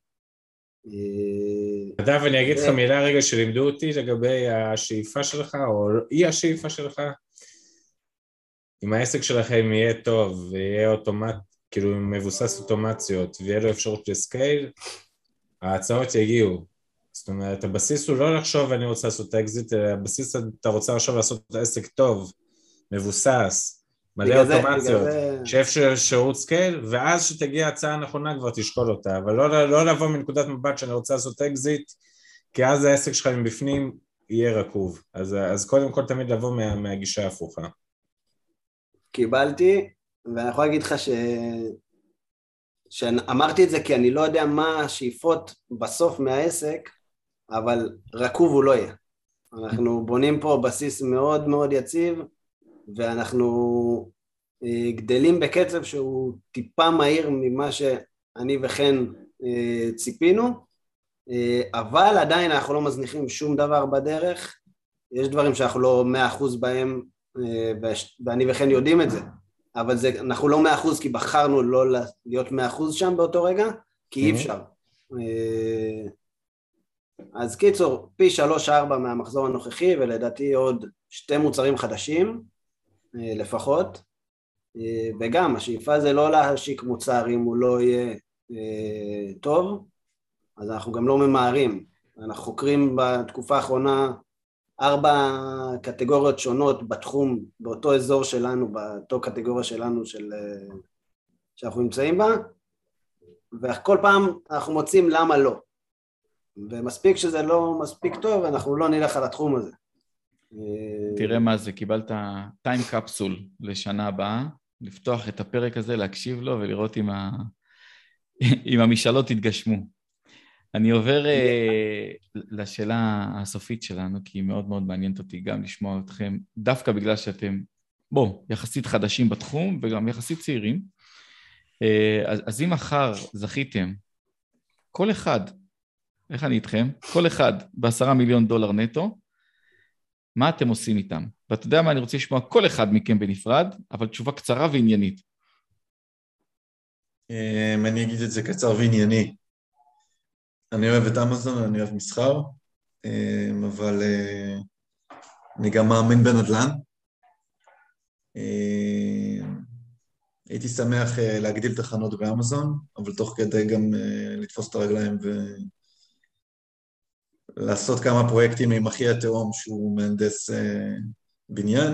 נדב, אני אגיד לך מילה רגע שלימדו אותי לגבי השאיפה שלך, או אי השאיפה שלך. אם העסק שלכם יהיה טוב, ויהיה אוטומט, כאילו מבוסס אוטומציות, ויהיה לו אפשרות לסקייל, ההצעות יגיעו. זאת אומרת, הבסיס הוא לא לחשוב אני רוצה לעשות אקזיט, הבסיס אתה רוצה עכשיו לעשות עסק טוב, מבוסס, מלא אוטומציות, שאפשר שירות סקייל, ואז שתגיע הצעה הנכונה כבר תשקול אותה, אבל לא לבוא מנקודת מבט שאני רוצה לעשות אקזיט, כי אז העסק שלך מבפנים יהיה רקוב. אז קודם כל תמיד לבוא מהגישה ההפוכה. קיבלתי, ואני יכול להגיד לך שאמרתי את זה כי אני לא יודע מה השאיפות בסוף מהעסק, אבל רקוב הוא לא יהיה. אנחנו בונים פה בסיס מאוד מאוד יציב, ואנחנו גדלים בקצב שהוא טיפה מהיר ממה שאני וכן ציפינו, אבל עדיין אנחנו לא מזניחים שום דבר בדרך, יש דברים שאנחנו לא 100% בהם, ואני וכן יודעים את זה, אבל אנחנו לא 100% כי בחרנו לא להיות 100% שם באותו רגע, כי אי אפשר. אז קיצור, פי 3-4 מהמחזור הנוכחי, ולדעתי עוד 2 מוצרים חדשים, לפחות, וגם השאיפה זה לא להשיק מוצר אם הוא לא יהיה טוב, אז אנחנו גם לא ממהרים, אנחנו חוקרים בתקופה האחרונה 4 קטגוריות שונות בתחום, באותו אזור שלנו, באותו קטגוריה שלנו שאנחנו נמצאים בה, וכל פעם אנחנו מוצאים למה לא, ומספיק שזה לא מספיק טוב, אנחנו לא נלך על התחום הזה. תראה מה זה, קיבלת טיים קפסול לשנה הבאה, לפתוח את הפרק הזה, להקשיב לו ולראות אם המשאלות יתגשמו. אני עובר לשאלה הסופית שלנו, כי היא מאוד מאוד מעניינת אותי גם לשמוע אתכם, דווקא בגלל שאתם, יחסית חדשים בתחום וגם יחסית צעירים. אז אם מחר זכיתם, כל אחד, איך אני איתכם? כל אחד ב$10 מיליון נטו, מה אתם עושים איתם? ואתה יודע מה, אני רוצה לשמוע כל אחד מכם בנפרד, אבל תשובה קצרה ועניינית. אני אגיד את זה קצר וענייני. אני אוהב את אמזון, אני אוהב מסחר, אבל אני גם מאמין בנדל"ן. הייתי שמח להגדיל תחנות באמזון, אבל תוך כדי גם לתפוס את הרגליים לעשות כמה פרויקטים עם אחי התאום שהוא מהנדס בניין,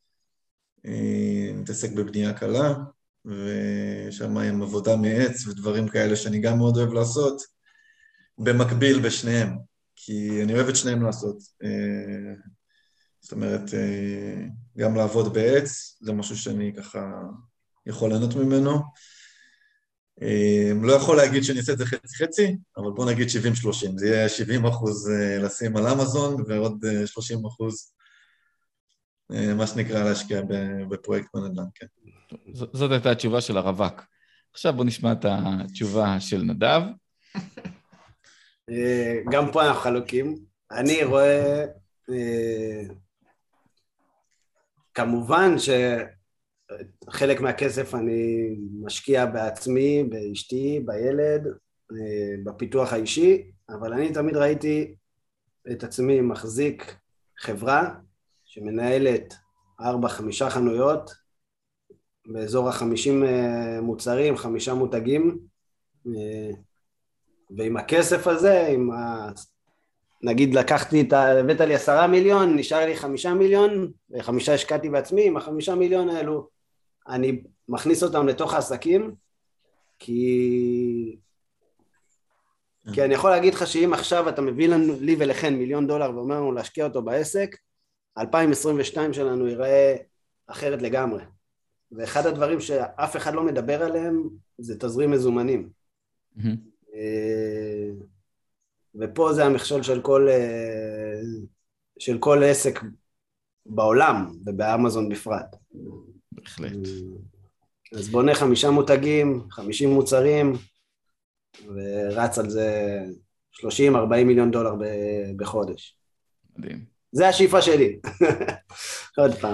מתעסק בבנייה קלה, ושם עם עבודה מעץ ודברים כאלה שאני גם מאוד אוהב לעשות, במקביל בשניהם, כי אני אוהב את שניהם לעשות. זאת אומרת, גם לעבוד בעץ, זה משהו שאני ככה יכול ליהנות ממנו. לא יכול להגיד שאני אעשה את זה חצי-חצי, אבל בוא נגיד 70-30. זה יהיה 70% לשים על אמזון, ועוד 30% מה שנקרא להשקיע בפרויקט בנדל"ן, כן. זאת הייתה התשובה של הרווק. עכשיו בוא נשמע את התשובה של נדב. גם פה אנחנו חלוקים. אני רואה, כמובן שחלק מהכסף אני משקיע בעצמי, באשתי, בילד, בפיתוח האישי, אבל אני תמיד ראיתי את עצמי מחזיק חברה שמנהלת 4-5 חנויות, באזור 50 מוצרים, 5 מותגים, ועם הכסף הזה, נגיד הבאת לי 10 מיליון, נשאר לי 5 מיליון, ו5 השקעתי בעצמי, עם 5 מיליון האלו, אני מכניס אותם לתוך העסקים, כי אני יכול להגיד לך שאם עכשיו אתה מביא לי ולכן $1 מיליון ואומר לנו להשקיע אותו בעסק, 2022 שלנו ייראה אחרת לגמרי. ואחד הדברים שאף אחד לא מדבר עליהם, זה תזרים מזומנים. ופה זה המכשול של כל עסק בעולם, ובאמזון בפרט. בהחלט. אז בונה 5 מותגים, 50 מוצרים, ורץ על זה $30-40 מיליון בחודש. מדהים. זה השאיפה שלי. עוד פעם.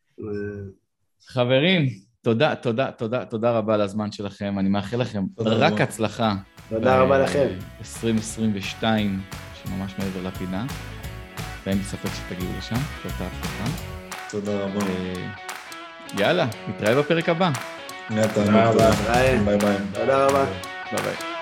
חברים, תודה רבה על הזמן שלכם. אני מאחל לכם רק הצלחה. תודה רבה לכם. 2022, שממש מעבר לפינה. ואין לי ספק שתגיעו לשם. תודה רבה. יאללה, נתראה בפרק הבא. תודה רבה. ביי ביי. תודה רבה. ביי ביי.